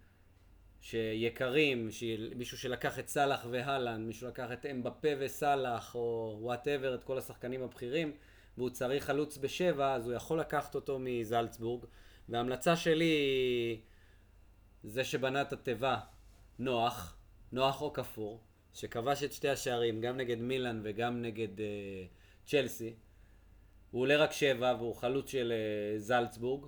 שיקרים, מישהו שלקח את סלאח והלנד, מישהו לקח את אמבפה וסלאח, או וואטאבר, את כל השחקנים הבכירים, והוא צריך חלוץ בשבע, אז הוא יכול לקחת אותו מזלצבורג. וההמלצה שלי היא זה שבנה את התיבה, נוח, נוח או כפור, שכבש את שתי השערים, גם נגד מילאן וגם נגד uh, צ'לסי. הוא עולה רק שבע והוא חלוץ של uh, זלצבורג,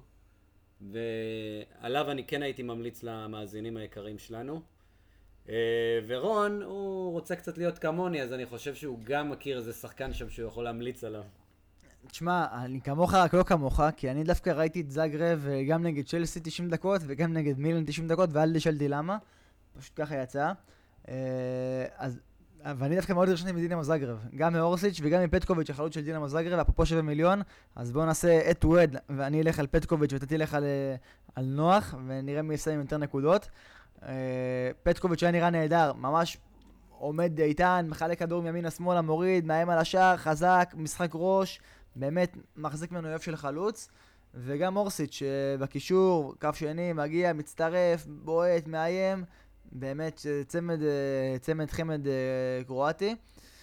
ועליו אני כן הייתי ממליץ למאזינים היקרים שלנו. Uh, ורון, הוא רוצה קצת להיות כמוני, אז אני חושב שהוא גם מכיר איזה שחקן שם שהוא יכול להמליץ עליו. תשמע, אני כמוך רק לא כמוך, כי אני דווקא ראיתי את זאגרב גם נגד צ'לסי תשעים דקות וגם נגד מילאן תשעים דקות, ואל תשאלתי למה, פשוט ככה יצא. אז, ואני דווקא מאוד רשמתי מדינמו זאגרב, גם מאורסיץ' וגם מפטקוביץ', החלוץ של דינמו זאגרב, אפרופו שבע מיליון, אז בואו נעשה את ווד, ואני אלך על פטקוביץ' ואתה תלך על, על נוח, ונראה מי יסיים יותר נקודות. פטקוביץ' היה נראה נהדר, ממש עומד איתן, מחלק כדור מימינה שמאלה, מוריד, מאיים על השער, חזק, משחק ראש, באמת מחזיק ממנו יופי של חלוץ. וגם אורסיץ' שבקישור, קו שני, מגיע, מצטרף, בועט, מאיים, באמת צמד, צמד חמד קרואטי.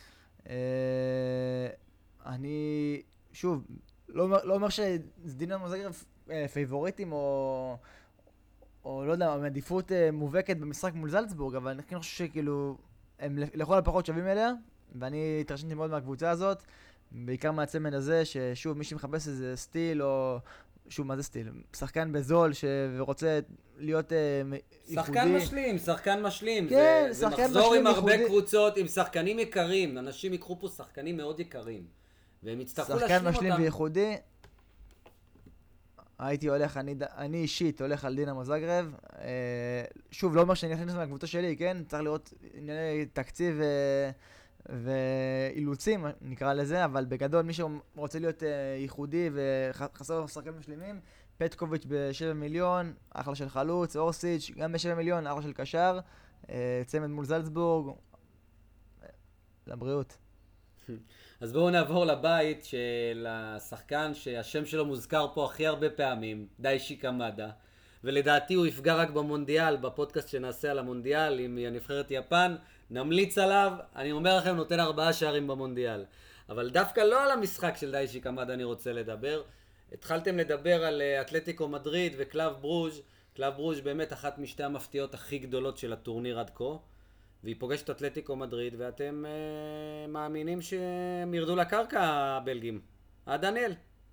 אני, שוב, לא, לא אומר שדינמו זאגרב פייבוריטים או, או לא יודע, מעדיפות מובהקת במשחק מול זלצבורג, אבל אני כן חושב שכאילו הם לכל הפחות שווים אליה, ואני התרשמתי מאוד מהקבוצה הזאת, בעיקר מהצמד הזה, ששוב, מי שמחפש איזה סטיל או שוב, מה זה סטיל? שחקן בזול ורוצה להיות ייחודי. שחקן משלים, שחקן משלים. כן, זה, שחקן זה מחזור משלים עם הרבה ייחודי. קבוצות, עם שחקנים יקרים. אנשים ייקחו פה שחקנים מאוד יקרים. והם יצטרכו להשלים אותם. שחקן משלים וייחודי. הייתי הולך, אני, אני אישית הולך על דינמו זאגרב. אה, שוב, לא אומר שאני אכניס מהקבוצה שלי, כן? צריך לראות ענייני תקציב ו... ואילוצים, נקרא לזה, אבל בגדול מי שרוצה להיות אה, ייחודי וחסר שחקנים משלימים, פטקוביץ' ב-שבע מיליון, אחלה של חלוץ, אורסיץ' גם ב-שבע מיליון, אחלה של קשר, אה, צמד מול זלצבורג, לבריאות. אז בואו נעבור לבית של השחקן שהשם שלו מוזכר פה הכי הרבה פעמים, דיישי קמאדה, ולדעתי הוא יפגע רק במונדיאל, בפודקאסט שנעשה על המונדיאל עם הנבחרת יפן, נמליץ עליו, אני אומר לכם נותן ארבעה שערים במונדיאל. אבל דווקא לא על המשחק של דיישי קמאדה אני רוצה לדבר. התחלתם לדבר על אתלטיקו מדריד וקלאב ברוז'. קלאב ברוז' באמת אחת משתי המפתיעות הכי גדולות של הטורניר עד כה. והיא פוגשת אתלטיקו מדריד, ואתם אה, מאמינים שהם ירדו לקרקע הבלגים. אה, דניאל?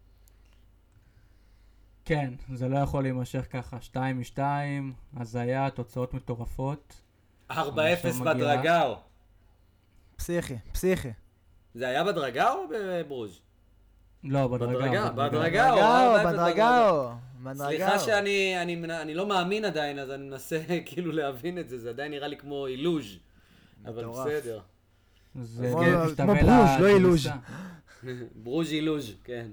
כן, זה לא יכול להימשך ככה. שתיים משתיים, אז היה תוצאות מטורפות. ארבע אפס בדרגאו. פסיכי, פסיכי. זה היה בדרגאו או בברוז'? לא, בדרגאו. בדרגאו, בדרגאו, בדרגאו. סליחה שאני אני, אני לא מאמין עדיין, אז אני מנסה כאילו להבין את זה, זה עדיין נראה לי כמו אילוז', אבל בסדר. זה כמו ברוז', לא אילוז'. ברוז' אילוז', כן.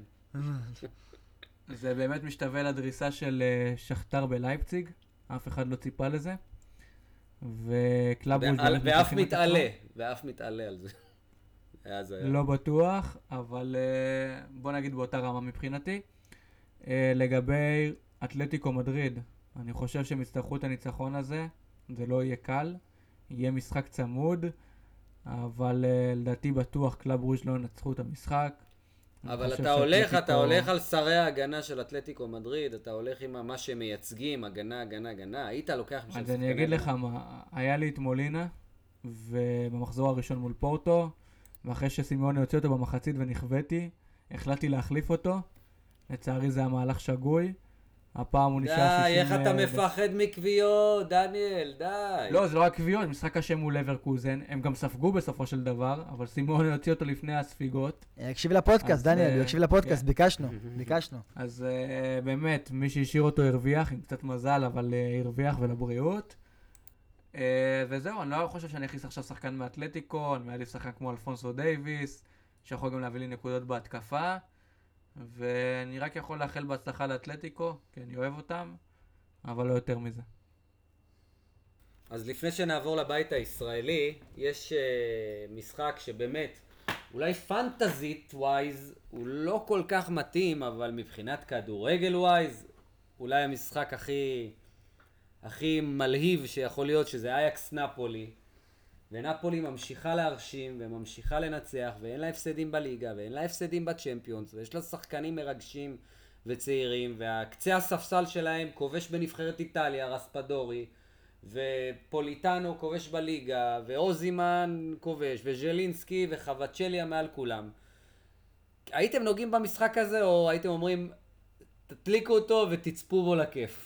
זה באמת משתווה לדריסה של שכתר בלייפציג, אף אחד לא ציפה לזה. וקלאב ברוז' ואף מתעלה, ואף מתעלה על זה. לא בטוח, אבל בוא נגיד באותה רמה מבחינתי. לגבי אתלטיקו מדריד, אני חושב שהם יצטרכו את הניצחון הזה, זה לא יהיה קל, יהיה משחק צמוד, אבל לדעתי בטוח קלאב ברוז' לא ינצחו את המשחק. אבל אתה הולך, אתה הולך על שרי ההגנה של אתלטיקו מדריד, אתה הולך עם מה שהם מייצגים, הגנה, הגנה, הגנה, היית לוקח בשביל... אז אני אגיד לך מה, היה לי את מולינה, ובמחזור הראשון מול פורטו, ואחרי שסימיוני הוציא אותו במחצית ונכוויתי, החלטתי להחליף אותו. לצערי זה המהלך שגוי. הפעם הוא נשאר שישים... די, איך אתה מפחד מקביעות, דניאל, די. לא, זה לא רק קביעות, משחק קשה מול לברקוזן. הם גם ספגו בסופו של דבר, אבל סימיוני הוציא אותו לפני הספיגות. יקשיב לפודקאסט, דניאל, יקשיב לפודקאסט, ביקשנו, ביקשנו. אז באמת, מי שהשאיר אותו הרוויח, עם קצת מזל, אבל הרוויח ולבריאות. וזהו, אני לא חושב שאני אכניס עכשיו שחקן מאתלטיקו, אני מעדיף שחקן כמו אלפונסו דייביס, שיכול גם להביא לי נקודות בהתקפה, ואני רק יכול לאחל בהצלחה לאתלטיקו, כי אני אוהב אותם, אבל לא יותר מזה. אז לפני שנעבור לבית הישראלי, יש uh, משחק שבאמת, אולי פנטזית ווייז, הוא לא כל כך מתאים, אבל מבחינת כדורגל ווייז, אולי המשחק הכי... הכי מלהיב שיכול להיות, שזה אייקס נפולי, ונפולי ממשיכה להרשים וממשיכה לנצח, ואין לה הפסדים בליגה ואין לה הפסדים בצ'מפיונס, ויש לה שחקנים מרגשים וצעירים, והקצה הספסל שלהם כובש בנבחרת איטליה, רספדורי, ופוליטנו כובש בליגה, ואוזימן כובש, וז'לינסקי וחבצ'ליה מעל כולם. הייתם נוגעים במשחק הזה, או הייתם אומרים תדליקו אותו ותצפו בו לכיף?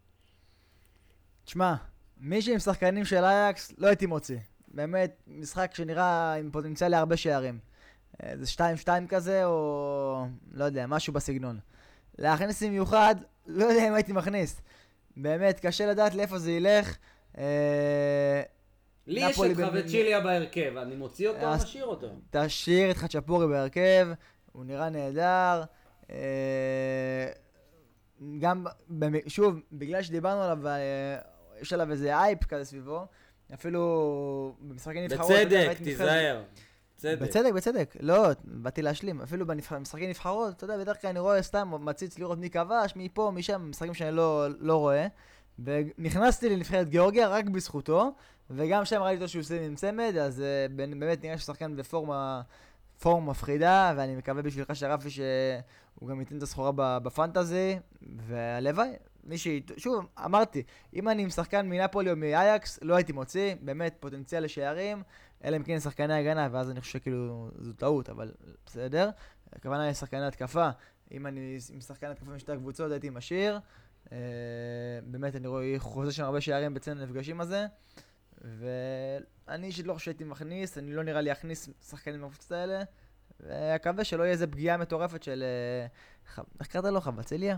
תשמע, מי שעם שחקנים של אייקס לא הייתי מוציא. באמת, משחק שנראה עם פוטנציאל להרבה שערים. זה שתיים שתיים כזה, או לא יודע, משהו בסגנון. להכניס במיוחד, לא יודע אם הייתי מכניס. באמת, קשה לדעת לאיפה זה ילך. לי יש את חבצ'יליה בהרכב, אני מוציא אותו או משאיר אותו? תשאיר את חצ'פורי בהרכב, הוא נראה נהדר. גם, שוב, בגלל שדיברנו עליו, יש עליו איזה אייפ כזה סביבו, אפילו במשחקי נבחרות... בצדק, תיזהר. בצדק, בצדק. לא, באתי להשלים. אפילו במשחקי נבחרות, אתה יודע, בדרך כלל אני רואה סתם, מציץ לראות מי כבש, מי פה, מי שם, משחקים שאני לא, לא רואה. ונכנסתי לנבחרת גיאורגיה רק בזכותו, וגם שם ראיתי אותו שהוא עושה עם צמד, אז באמת נראה ששחקן בפורמה פורמה מפחידה, ואני מקווה בשבילך שרפי שהוא גם ייתן את הסחורה בפנטזי, והלוואי, מי שהיא, שוב, אמרתי, אם אני עם שחקן מנפולי או מאייקס, לא הייתי מוציא, באמת פוטנציאל לשערים, אלא אם כן שחקני הגנה, ואז אני חושב שכאילו זו טעות, אבל בסדר. הכוונה היא שחקני התקפה, אם אני עם שחקן התקפה משתי הקבוצות, הייתי משאיר. אה, באמת, אני רואה חוזה שם הרבה שערים בצד הנפגשים הזה. ואני אישית לא חושב שהייתי מכניס, אני לא נראה לי אכניס שחקנים מהקבוצות האלה. ואקווה שלא יהיה איזה פגיעה מטורפת של... אה, ח- איך קראת לו? חבצליה?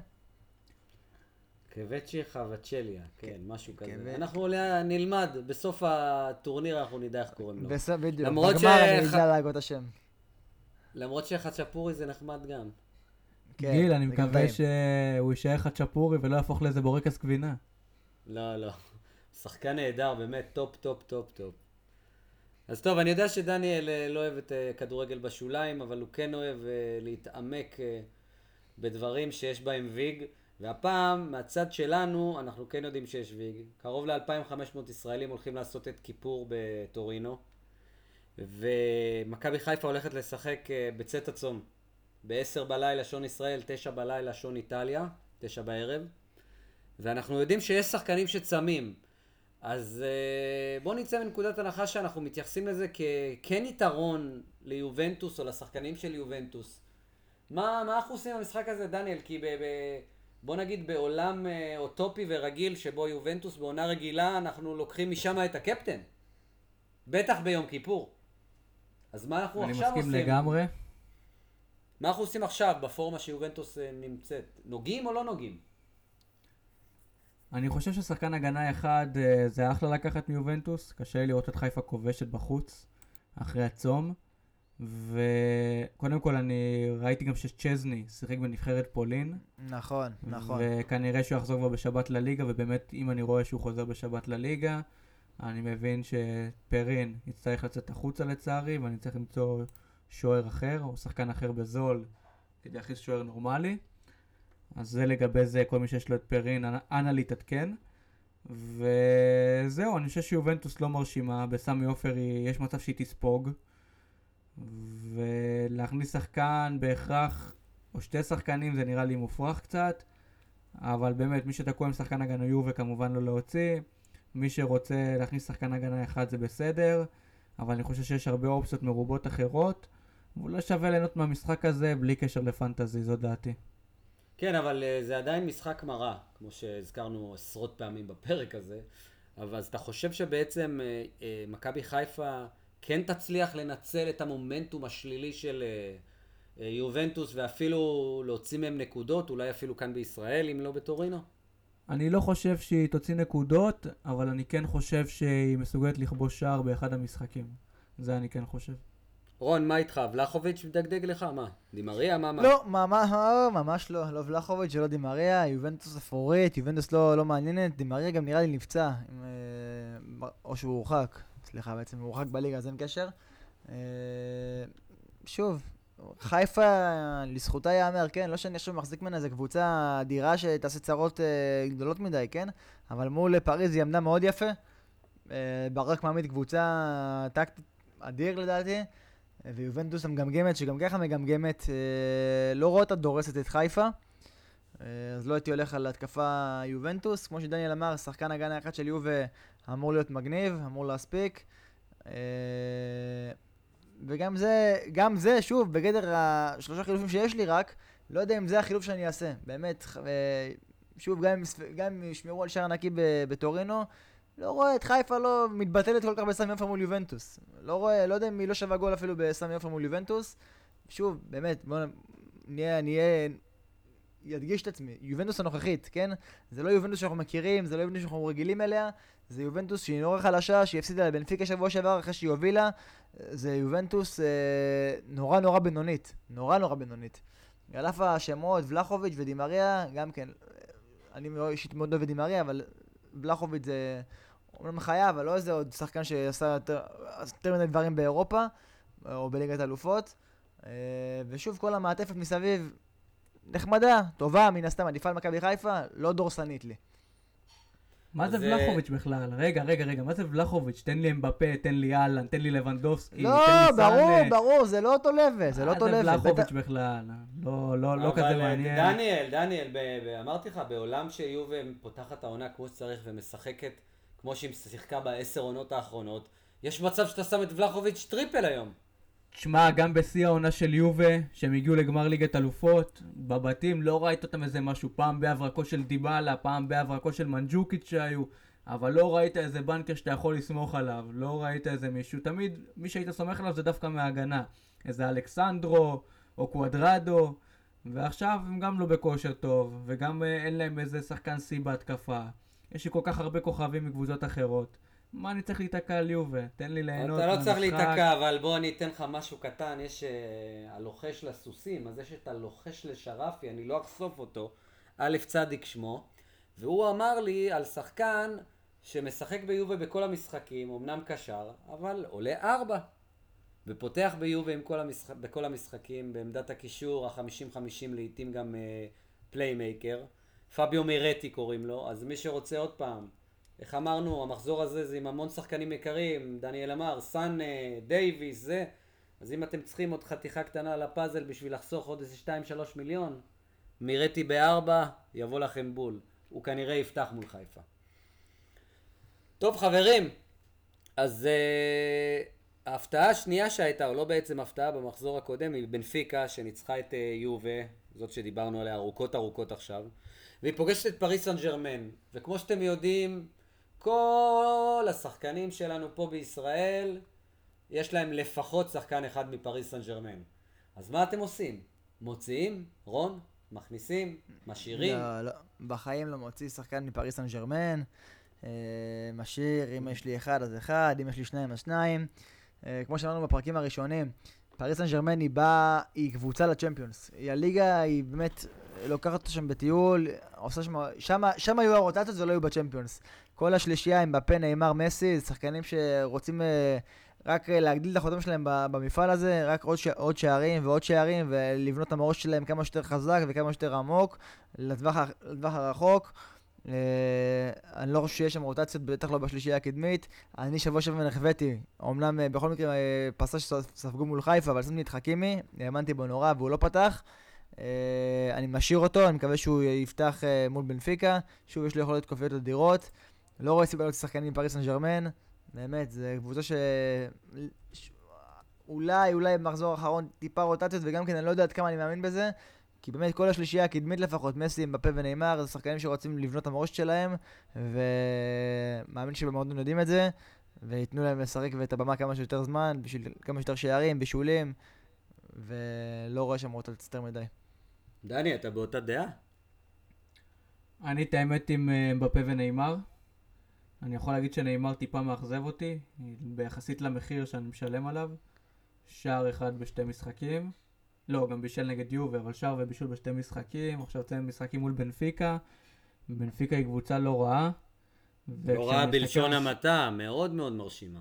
קווצ'י חבצ'ליה, כן, משהו כזה. קווצ'י. אנחנו אולי נלמד, בסוף הטורניר אנחנו נדע איך קוראים לו. בסדר, בדיוק. למרות בגמר אני ש- אדע להגות את השם. למרות שחצ'פורי זה נחמד גם. כן, גיל, אני זה גם מקווה טעים. שהוא יישאר חצ'פורי ולא יהפוך לאיזה בורקס גבינה. לא, לא. שחקן נהדר, באמת, טופ, טופ, טופ, טופ. אז טוב, אני יודע שדניאל אה, לא אוהב את אה, כדורגל בשוליים, אבל הוא כן אוהב אה, להתעמק אה, בדברים שיש בהם ויג. והפעם, מהצד שלנו, אנחנו כן יודעים שיש ויג. קרוב ל-אלפיים וחמש מאות ישראלים הולכים לעשות את כיפור בטורינו. ומכבי חיפה הולכת לשחק אה, בצאת הצום. ב-עשר בלילה שעון ישראל, תשע בלילה שעון איטליה, תשע בערב. ואנחנו יודעים שיש שחקנים שצמים. אז uh, בואו נצא מנקודת הנחה שאנחנו מתייחסים לזה ככן יתרון ליובנטוס או לשחקנים של יובנטוס. מה, מה אנחנו עושים במשחק הזה, דניאל? כי ב, ב, בוא נגיד בעולם uh, אוטופי ורגיל שבו יובנטוס בעונה רגילה אנחנו לוקחים משם את הקפטן. בטח ביום כיפור. אז מה אנחנו אני עכשיו מסכים עושים? לגמרי. מה אנחנו עושים עכשיו בפורמה שיובנטוס uh, נמצאת? נוגעים או לא נוגעים? אני חושב ששחקן הגנה אחד אה, זה אחלה לקחת מיובנטוס. קשה לי לראות את חיפה כובשת בחוץ אחרי הצום. וקודם כל אני ראיתי גם שצ'זני שיחק בנבחרת פולין. נכון, נכון. וכנראה שהוא יחזור כבר בשבת לליגה, ובאמת אם אני רואה שהוא חוזר בשבת לליגה, אני מבין שפרין יצטרך לצאת החוצה לצערי, ואני צריך למצוא שוער אחר או שחקן אחר בזול כדי להכניס שוער נורמלי. אז זה לגבי זה, כל מי שיש לו את פרין, אנא- אנא להתעדכן. וזהו, אני חושב שיובנטוס לא מרשימה, בסמי עופר היא- יש מצב שהיא תספוג. ולהכניס שחקן בהכרח, או שתי שחקנים זה נראה לי מופרך קצת. אבל באמת, מי שתקוע עם שחקן הגנה יובה כמובן לא להוציא. מי שרוצה להכניס שחקן הגנה אחד זה בסדר. אבל אני חושב שיש הרבה אופציות מרובות אחרות. ואולי שווה ליהנות מהמשחק הזה בלי קשר לפנטזי, זו דעתי. כן, אבל uh, זה עדיין משחק מראה, כמו שהזכרנו עשרות פעמים בפרק הזה. אבל אז אתה חושב שבעצם uh, uh, מכבי חיפה כן תצליח לנצל את המומנטום השלילי של uh, uh, יובנטוס ואפילו להוציא מהם נקודות, אולי אפילו כאן בישראל, אם לא בטורינו? אני לא חושב שהיא תוציא נקודות, אבל אני כן חושב שהיא מסוגלת לכבוש שער באחד המשחקים. זה אני כן חושב. רון, מה איתך? ולחוביץ' מדגדג לך? מה? דימריה? מה מה? לא, ממש, ממש לא, לא ולחוביץ' ולא דימריה, יובנטוס אפורית, יובנטוס לא, לא מעניינת, דימריה גם נראה לי נפצע, עם, אה, או שהוא הורחק, סליחה, בעצם הוא הורחק בליגה, אז אין קשר. אה, שוב, חיפה, לזכותה יאמר, כן, לא שאני עכשיו מחזיק ממנה, זו קבוצה אדירה שתעשה צרות אה, גדולות מדי, כן? אבל מול פריז היא עמדה מאוד יפה, אה, ברק מעמיד קבוצה טקטית אדיר לדעתי, ויובנטוס המגמגמת, שגם ככה מגמגמת, אה, לא רואה אותה דורסת את חיפה, אה, אז לא הייתי הולך על התקפה יובנטוס. כמו שדניאל אמר, שחקן הגנה אחד של יובה אמור להיות מגניב, אמור להספיק. אה, וגם זה, גם זה, שוב, בגדר השלושה חילופים שיש לי רק, לא יודע אם זה החילוף שאני אעשה. באמת, אה, שוב, גם אם, גם אם ישמרו על שער נקי ב- בטורינו, לא רואה את חיפה לא מתבטלת כל כך בסמי עופר מול יובנטוס. לא רואה, לא יודע אם היא לא שווה גול אפילו בסמי עופר מול יובנטוס. שוב, באמת, בואו נהיה, נהיה, ידגיש את עצמי. יובנטוס הנוכחית, כן? זה לא יובנטוס שאנחנו מכירים, זה לא יובנטוס שאנחנו רגילים אליה. זה יובנטוס שהיא נורא חלשה, שהיא הפסידה לבנפיקה שבוע שעבר אחרי שהיא הובילה. זה יובנטוס אה, נורא נורא בינונית. נורא נורא בינונית. על אף השמות, ולחוביץ' ודימריה, גם כן, אני אישית מאוד אוהב את דימריה, אבל ולחוביץ' זה אומנם חיה, אבל לא איזה עוד שחקן שעשה יותר, יותר מדי דברים באירופה, או בליגת אלופות. ושוב, כל המעטפת מסביב נחמדה, טובה, מן הסתם, עדיפה על מכבי חיפה, לא דורסנית לי. מה זה אז, ולחוביץ' בכלל? רגע, רגע, רגע, מה זה ולחוביץ'? תן לי אמבפה, תן לי אהלן, תן לי לבנדובסקי, לא, תן לי סאנה. ברור, ברור, זה לא אותו לבל, זה לא אותו לבל. מה זה ולחוביץ' בטח- בכלל? לא, לא, לא כזה אבל מעניין. דניאל, דניאל, ב- ב- אמרתי לך, בעולם שיובה פותחת העונה כמו שצריך ומשחקת כמו שהיא שיחקה בעשר עונות האחרונות, יש מצב שאתה שם את ולחוביץ' טריפל היום. תשמע, גם בשיא העונה של יובה, שהם הגיעו לגמר ליגת אלופות, בבתים לא ראית אותם איזה משהו, פעם בהברקו של דיבלה, פעם בהברקו של מנג'וקיץ' שהיו, אבל לא ראית איזה בנקר שאתה יכול לסמוך עליו, לא ראית איזה מישהו, תמיד מי שהיית סומך עליו זה דווקא מההגנה, איזה אלכסנדרו או קוואדרדו, ועכשיו הם גם לא בכושר טוב, וגם אין להם איזה שחקן סי בהתקפה, יש לי כל כך הרבה כוכבים מקבוצות אחרות. מה אני צריך להתעקע על יובה? תן לי ליהנות אתה לא מהמשחק. צריך להתעקע, אבל בוא אני אתן לך משהו קטן. יש uh, הלוחש לסוסים, אז יש את הלוחש לשרפי, אני לא אחשוף אותו, א' צדיק שמו, והוא אמר לי על שחקן שמשחק ביובה בכל המשחקים, אמנם קשר, אבל עולה ארבע, ופותח ביובה עם כל המשחק, בכל המשחקים, בעמדת הקישור, ה-חמישים חמישים לעתים גם פליימייקר, uh, פביו מירטי קוראים לו, אז מי שרוצה עוד פעם, איך אמרנו, המחזור הזה זה עם המון שחקנים יקרים, דניאל אמר, סאן, דייביס, זה. אז אם אתם צריכים עוד חתיכה קטנה לפאזל בשביל לחסוך עוד איזה שתיים שלוש מיליון, מירטי בארבע, יבוא לכם בול. הוא כנראה יפתח מול חיפה. טוב חברים, אז uh, ההפתעה השנייה שהייתה, או לא בעצם הפתעה במחזור הקודם, היא בנפיקה שניצחה את uh, יובה, זאת שדיברנו עליה ארוכות ארוכות עכשיו, והיא פוגשת את פריס סן ז'רמן, וכמו שאתם יודעים, כל השחקנים שלנו פה בישראל, יש להם לפחות שחקן אחד מפריס סן ז'רמן. אז מה אתם עושים? מוציאים? רון? מכניסים? משאירים? לא, לא, בחיים לא מוציא שחקן מפריס סן ז'רמן, אה, משאיר, אם יש לי אחד אז אחד, אם יש לי שניים אז שניים. אה, כמו שאמרנו בפרקים הראשונים, פריס סן ז'רמן היא באה, היא קבוצה לצ'מפיונס. היא הליגה, היא באמת לוקחת אותה שם בטיול, עושה שם, שם, שם היו הרוטציות ולא היו בצ'מפיונס. כל השלישייה הם בפה נאמר מסי, זה שחקנים שרוצים אה, רק להגדיל את החותם שלהם במפעל הזה, רק עוד, ש... עוד שערים ועוד שערים, ולבנות את המראש שלהם כמה שיותר חזק וכמה שיותר עמוק, לטווח, לטווח הרחוק. Uh, אני לא חושב שיש שם רוטציות, בטח לא בשלישייה הקדמית. אני שבוע שבוע נחוויתי, אומנם uh, בכל מקרה uh, פסה שספגו מול חיפה, אבל שמתי את חכימי, האמנתי בו נורא והוא לא פתח. uh, אני משאיר אותו, אני מקווה שהוא יפתח uh, מול בנפיקה, שוב יש לו יכולות קופיות אדירות. לא רואה סיבה להיות שחקנים מפריס סן ז'רמן, באמת, זו קבוצה ש... אולי, אולי במחזור האחרון טיפה רוטציות, וגם כן אני לא יודע עד כמה אני מאמין בזה, כי באמת כל השלישייה הקדמית לפחות, מסי, אמבפה ונאמר, זה שחקנים שרוצים לבנות את המורשת שלהם, ומאמין שבמועדון יודעים את זה, ויתנו להם לשחק ואת הבמה כמה שיותר זמן, בשביל כמה שיותר שערים, בישולים, ולא רואה שם רוטציות יותר מדי. דני, אתה באותה דעה? אני את האמת עם אמבפה ונאמר. אני יכול להגיד שנאמר טיפה מאכזב אותי, ביחסית למחיר שאני משלם עליו. שער אחד בשתי משחקים. לא, גם בישל נגד יובה, אבל שער ובישול בשתי משחקים. עכשיו יוצאים משחקים מול בנפיקה. בנפיקה היא קבוצה לא רעה. לא רעה בלשון המעטה, מאוד מאוד מרשימה.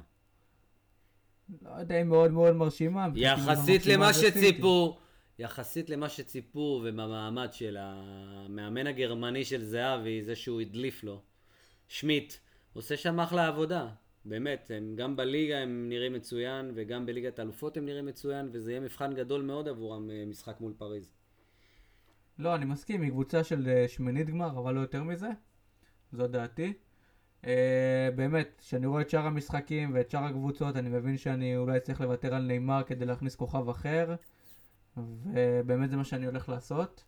לא יודע אם מאוד מאוד מרשימה. יחסית למה שציפו, יחסית למה שציפו ובמעמד של המאמן הגרמני של זהבי, זה שהוא הדליף לו. שמיט, עושה שם אחלה עבודה. באמת, הם גם בליגה הם נראים מצוין, וגם בליגת האלופות הם נראים מצוין, וזה יהיה מבחן גדול מאוד עבורם משחק מול פריז. לא, אני מסכים, היא קבוצה של שמינית גמר, אבל לא יותר מזה. זו דעתי. אה, באמת, כשאני רואה את שאר המשחקים ואת שאר הקבוצות, אני מבין שאני אולי צריך לוותר על נאמר כדי להכניס כוכב אחר, ובאמת זה מה שאני הולך לעשות.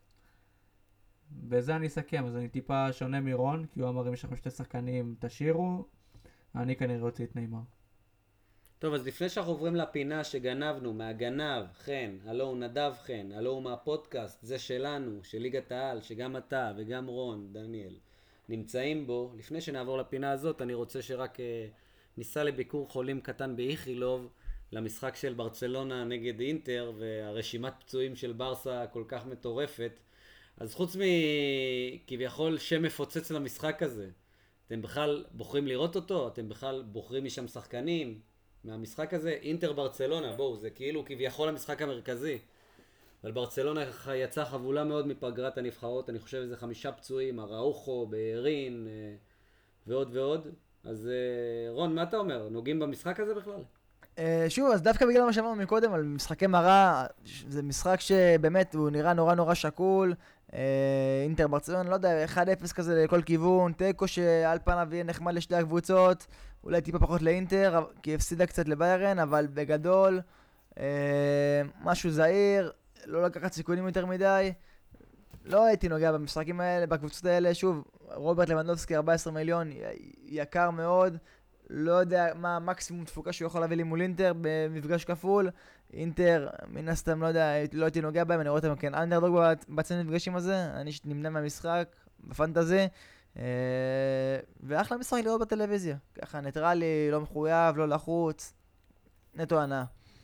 בזה אני אסכם, אז אני טיפה שונה מרון, כי הוא אמר אם יש לכם שתי שחקנים תשאירו, אני כנראה רוצה את נאמר. טוב, אז לפני שאנחנו עוברים לפינה שגנבנו מהגנב, חן, הלו הוא נדב חן, הלו הוא מהפודקאסט, זה שלנו, של ליגת העל, שגם אתה וגם רון, דניאל, נמצאים בו. לפני שנעבור לפינה הזאת, אני רוצה שרק אה, ניסע לביקור חולים קטן באיכילוב, למשחק של ברצלונה נגד אינטר, והרשימת פצועים של ברסה כל כך מטורפת. אז חוץ מכביכול שם מפוצץ למשחק הזה, אתם בכלל בוחרים לראות אותו? אתם בכלל בוחרים משם שחקנים מהמשחק הזה? אינטר ברצלונה, בואו, זה כאילו כביכול המשחק המרכזי. אבל ברצלונה יצאה חבולה מאוד מפגרת הנבחרות, אני חושב איזה חמישה פצועים, אראוחו, בארין ועוד ועוד. אז רון, מה אתה אומר? נוגעים במשחק הזה בכלל? שוב, אז דווקא בגלל מה שאמרנו מקודם על משחקי מראה, זה משחק שבאמת הוא נראה נורא נורא שקול. אינטר ברצלונה, לא יודע, אחד אפס כזה לכל כיוון, טקו שעל פניו יהיה נחמד לשתי הקבוצות, אולי טיפה פחות לאינטר, כי הפסידה קצת לביירן, אבל בגדול אה, משהו זהיר, לא לקחת סיכונים יותר מדי. לא הייתי נוגע במשחקים האלה, בקבוצות האלה. שוב, רוברט לבנדובסקי ארבעה עשר מיליון, י- יקר מאוד. לא יודע מה המקסימום תפוקה שהוא יכול להביא לי מול אינטר במפגש כפול. אינטר, מן הסתם, לא יודע, לא הייתי נוגע בהם, אני רואה אותם כן אנדרדוג בצד המפגשים הזה. אני נמנע מהמשחק, בפנטזי. אה, ואחלה משחק לראות בטלוויזיה. ככה ניטרלי, לא מחויב, לא לחוץ. נטו הנאה.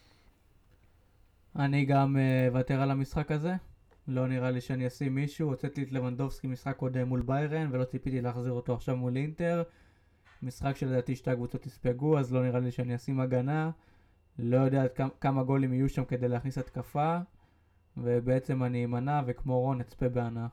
אני גם אה, אוותר על המשחק הזה. לא נראה לי שאני אשים מישהו. הוצאתי את לבנדובסקי משחק קודם מול ביירן, ולא ציפיתי להחזיר אותו עכשיו מול אינטר. משחק שלדעתי שתי הקבוצות יספגו, אז לא נראה לי שאני אשים הגנה. לא יודע כמה, כמה גולים יהיו שם כדי להכניס התקפה. ובעצם אני אמנע, וכמו רון אצפה בהנאה.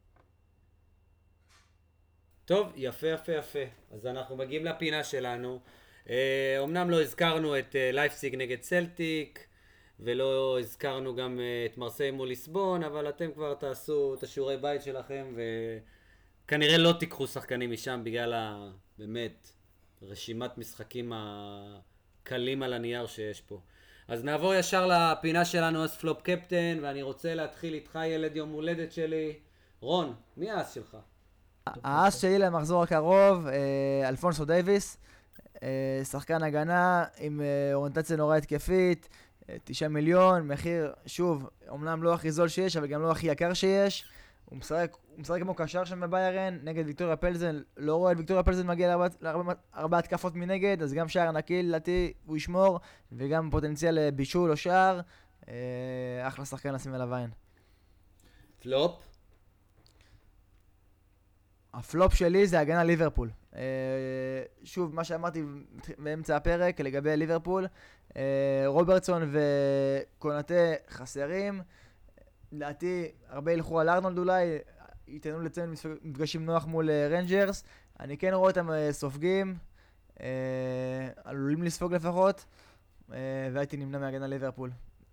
טוב, יפה יפה יפה. אז אנחנו מגיעים לפינה שלנו. אה, אמנם לא הזכרנו את אה, לייפציג נגד צלטיק, ולא הזכרנו גם אה, את מרסיי מול ליסבון, אבל אתם כבר תעשו את השיעורי בית שלכם, וכנראה לא תיקחו שחקנים משם בגלל ה... באמת רשימת משחקים הקלים על הנייר שיש פה. אז נעבור ישר לפינה שלנו, אז פלופ קפטן, ואני רוצה להתחיל איתך ילד יום הולדת שלי. רון, מי האס שלך? האס שלי למחזור הקרוב, אה, אלפונסו דייביס, אה, שחקן הגנה עם אה, אוריינטציה נורא התקפית, אה, תשעה מיליון, מחיר, שוב, אמנם לא הכי זול שיש, אבל גם לא הכי יקר שיש. הוא משחק, הוא משחק כמו קשר שם בביירן, נגד ויקטוריה פלזן, לא רואה את ויקטוריה פלזן מגיע לארבע, לארבע, לארבע התקפות מנגד, אז גם שער נקי, לדעתי הוא ישמור, וגם פוטנציאל אה, בישול או שער, אה, אחלה שחקן לשים אליו עין. פלופ? הפלופ שלי זה הגנה ליברפול. אה, שוב, מה שאמרתי באמצע הפרק לגבי ליברפול, אה, רוברטסון וקונאטה חסרים. לדעתי, הרבה ילכו על ארנולד אולי, ייתנו לציין מפגשים נוח מול אה, רנג'רס. אני כן רואה אותם אה, סופגים, אה, עלולים לספוג לפחות, אה, והייתי נמנע מהגנה ליברפול.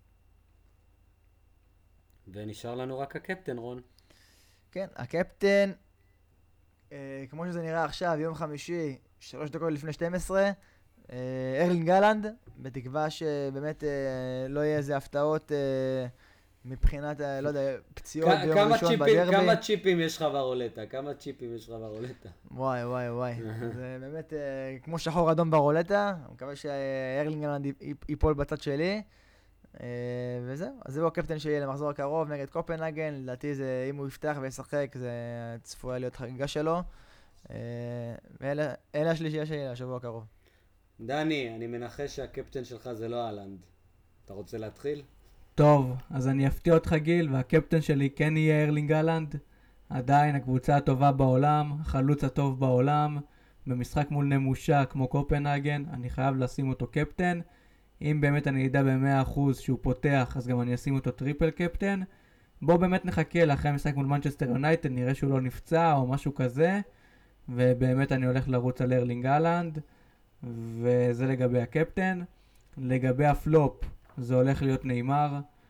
ונשאר לנו רק הקפטן, רון. כן, הקפטן, אה, כמו שזה נראה עכשיו, יום חמישי, שלוש דקות לפני שתים עשרה, אה, ארלינג גלנד, בתקווה שבאמת אה, לא יהיה איזה הפתעות אה, מבחינת, אה, לא יודע, פציעות כ- ביום כמה ראשון צ'יפים, בדרבי. כמה צ'יפים יש לך ברולטה? כמה צ'יפים יש לך ברולטה? וואי וואי וואי, זה באמת אה, כמו שחור אדום ברולטה, אני מקווה שארלינג גלנד ייפ- ייפול בצד שלי. אה, וזהו, אז זהו הקפטן שלי למחזור הקרוב נגד קופנהגן, לדעתי זה, אם הוא יפתח וישחק, זה צפויה להיות חגיגה שלו. אה, ואלה אלה השלישייה שלי לשבוע הקרוב. דני, אני מנחש שהקפטן שלך זה לא אהלנד. אתה רוצה להתחיל? טוב, אז אני אפתיע אותך גיל, והקפטן שלי כן יהיה ארלינג הלנד. עדיין הקבוצה הטובה בעולם, החלוץ הטוב בעולם. במשחק מול נמושה כמו קופנהגן, אני חייב לשים אותו קפטן. אם באמת אני אדע ב-מאה אחוז שהוא פותח, אז גם אני אשים אותו טריפל קפטן. בואו באמת נחכה לאחרי המשחק מול מנצ'סטר יונייטד, נראה שהוא לא נפצע או משהו כזה. ובאמת אני הולך לרוץ על ארלינג הלנד. וזה לגבי הקפטן. לגבי הפלופ, זה הולך להיות ניימר.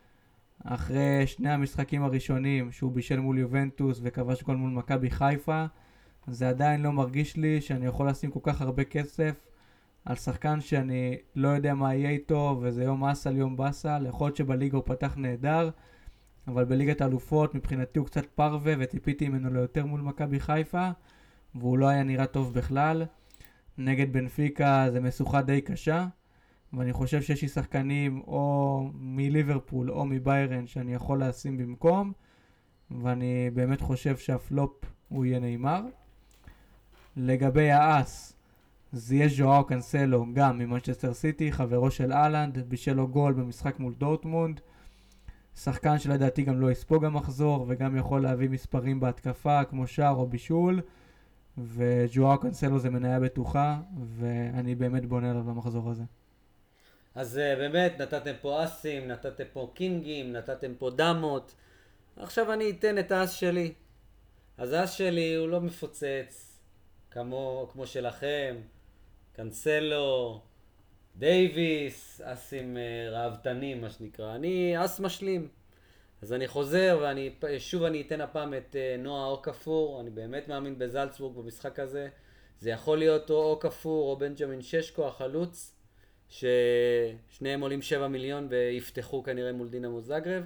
אחרי שני המשחקים הראשונים שהוא בישל מול יובנטוס וכבש גול מול מכבי חיפה, זה עדיין לא מרגיש לי שאני יכול לשים כל כך הרבה כסף על שחקן שאני לא יודע מה יהיה איתו, וזה יום אס על יום בסה. יכול להיות שבליגה הוא פתח נהדר, אבל בליגת האלופות מבחינתי הוא קצת פרווה, וציפיתי ממנו ליותר מול מכבי חיפה, והוא לא היה נראה טוב בכלל. נגד בנפיקה זה משוכה די קשה, ואני חושב שיש לי שחקנים או מליברפול או מביירן שאני יכול לשים במקום, ואני באמת חושב שהפלופ הוא יהיה ניימר. לגבי האס, זה יהיה ז'ואאו קנסלו, גם ממנצ'סטר סיטי, חברו של אהלנד, בישל לו גול במשחק מול דורטמונד. שחקן שלדעתי גם לא יספוג המחזור, וגם יכול להביא מספרים בהתקפה כמו שער או בישול. וז'ואאו קנסלו זה מניה בטוחה, ואני באמת בונה עליו במחזור הזה. אז uh, באמת, נתתם פה אסים, נתתם פה קינגים, נתתם פה דמות. עכשיו אני אתן את האס שלי. אז האס שלי הוא לא מפוצץ, כמו, כמו שלכם. קנסלו, דייביס, אסים uh, רעבתנים, מה שנקרא. אני אס משלים. אז אני חוזר, ואני שוב אני אתן הפעם את uh, נועה אוקפור. אני באמת מאמין בזלצבורג במשחק הזה. זה יכול להיות או אוקפור או בנג'מין ששקו, החלוץ. ששניהם עולים שבע מיליון ויפתחו כנראה מול דינמו זאגרב.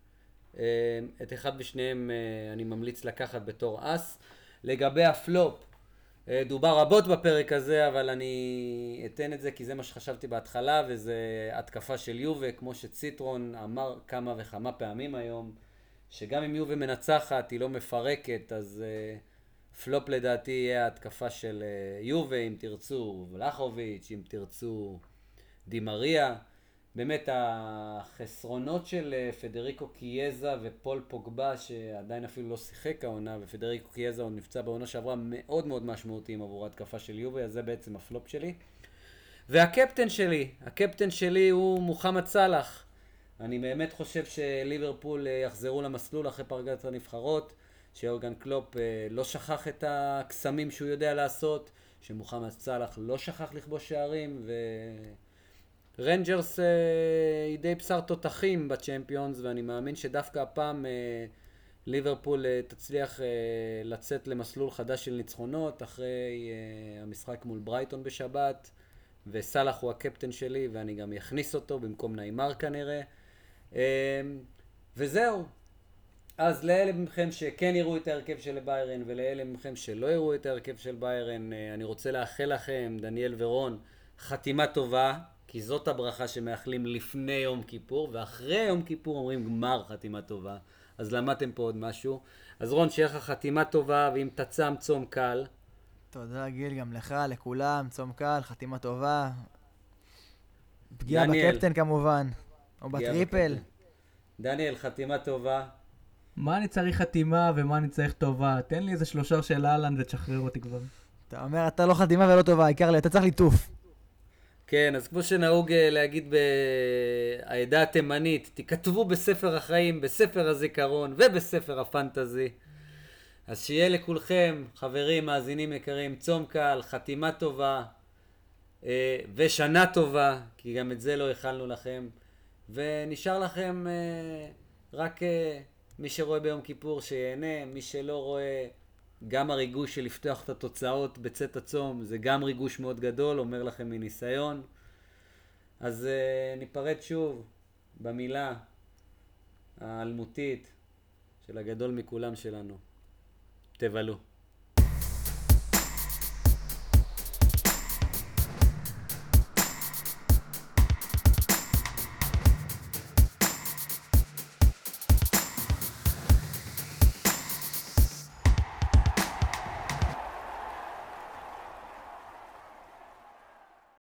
את אחד ושניהם אני ממליץ לקחת בתור אס. לגבי הפלופ, דובר רבות בפרק הזה, אבל אני אתן את זה כי זה מה שחשבתי בהתחלה, וזה התקפה של יובה, כמו שציטרון אמר כמה וכמה פעמים היום, שגם אם יובה מנצחת, היא לא מפרקת, אז פלופ לדעתי יהיה ההתקפה של יובה, אם תרצו ולחוביץ', אם תרצו דימריה. באמת החסרונות של פדריקו קיאזה ופול פוגבה, שעדיין אפילו לא שיחק העונה, ופדריקו קיאזה עוד נפצע בעונה שעברה, מאוד מאוד משמעותיים עבור ההתקפה של יובה, אז זה בעצם הפלופ שלי. והקפטן שלי, הקפטן שלי הוא מוחמד סלאח. אני באמת חושב שליברפול יחזרו למסלול אחרי פרגת הנבחרות, שיורגן קלופ לא שכח את הקסמים שהוא יודע לעשות, שמוחמד סלאח לא שכח לכבוש שערים, ו... רנג'רס אה, היא די בשר תותחים בצ'מפיונס, ואני מאמין שדווקא הפעם אה, ליברפול אה, תצליח אה, לצאת למסלול חדש של ניצחונות אחרי אה, המשחק מול ברייטון בשבת, וסלאח הוא הקפטן שלי ואני גם אכניס אותו במקום ניימר כנראה. אה, וזהו. אז לאלה מכם שכן יראו את ההרכב של ביירן ולאלה מכם שלא יראו את ההרכב של ביירן, אה, אני רוצה לאחל לכם, דניאל ורון, חתימה טובה, כי זאת הברכה שמאחלים לפני יום כיפור, ואחרי יום כיפור אומרים גמר חתימה טובה. אז למדתם פה עוד משהו. אז רון, שיהיה לך חתימה טובה, ואם תצם צום קל. תודה גיל, גם לך, לכולם, צום קל, חתימה טובה. פגיעה דניאל. בקפטן כמובן, או פגיעה בטריפל. בקפטן. דניאל, חתימה טובה. מה אני צריך חתימה ומה אני צריך טובה? תן לי איזה שלושה של אהלן ותשחרר אותי כבר. אתה אומר, אתה לא חתימה ולא טובה, העיקר לי, אתה צריך ליטוף. כן, אז כמו שנהוג אה, להגיד בעדה התימנית, תכתבו בספר החיים, בספר הזיכרון ובספר הפנטזי. אז שיהיה לכולכם, חברים, מאזינים יקרים, צום קל, חתימה טובה אה, ושנה טובה, כי גם את זה לא הכלנו לכם. ונשאר לכם אה, רק אה, מי שרואה ביום כיפור שיהנה, מי שלא רואה, גם הריגוש של לפתוח את התוצאות בצאת הצום, זה גם ריגוש מאוד גדול, אומר לכם מניסיון. אז uh, ניפרד שוב במילה האלמותית של הגדול מכולם שלנו. תבלו.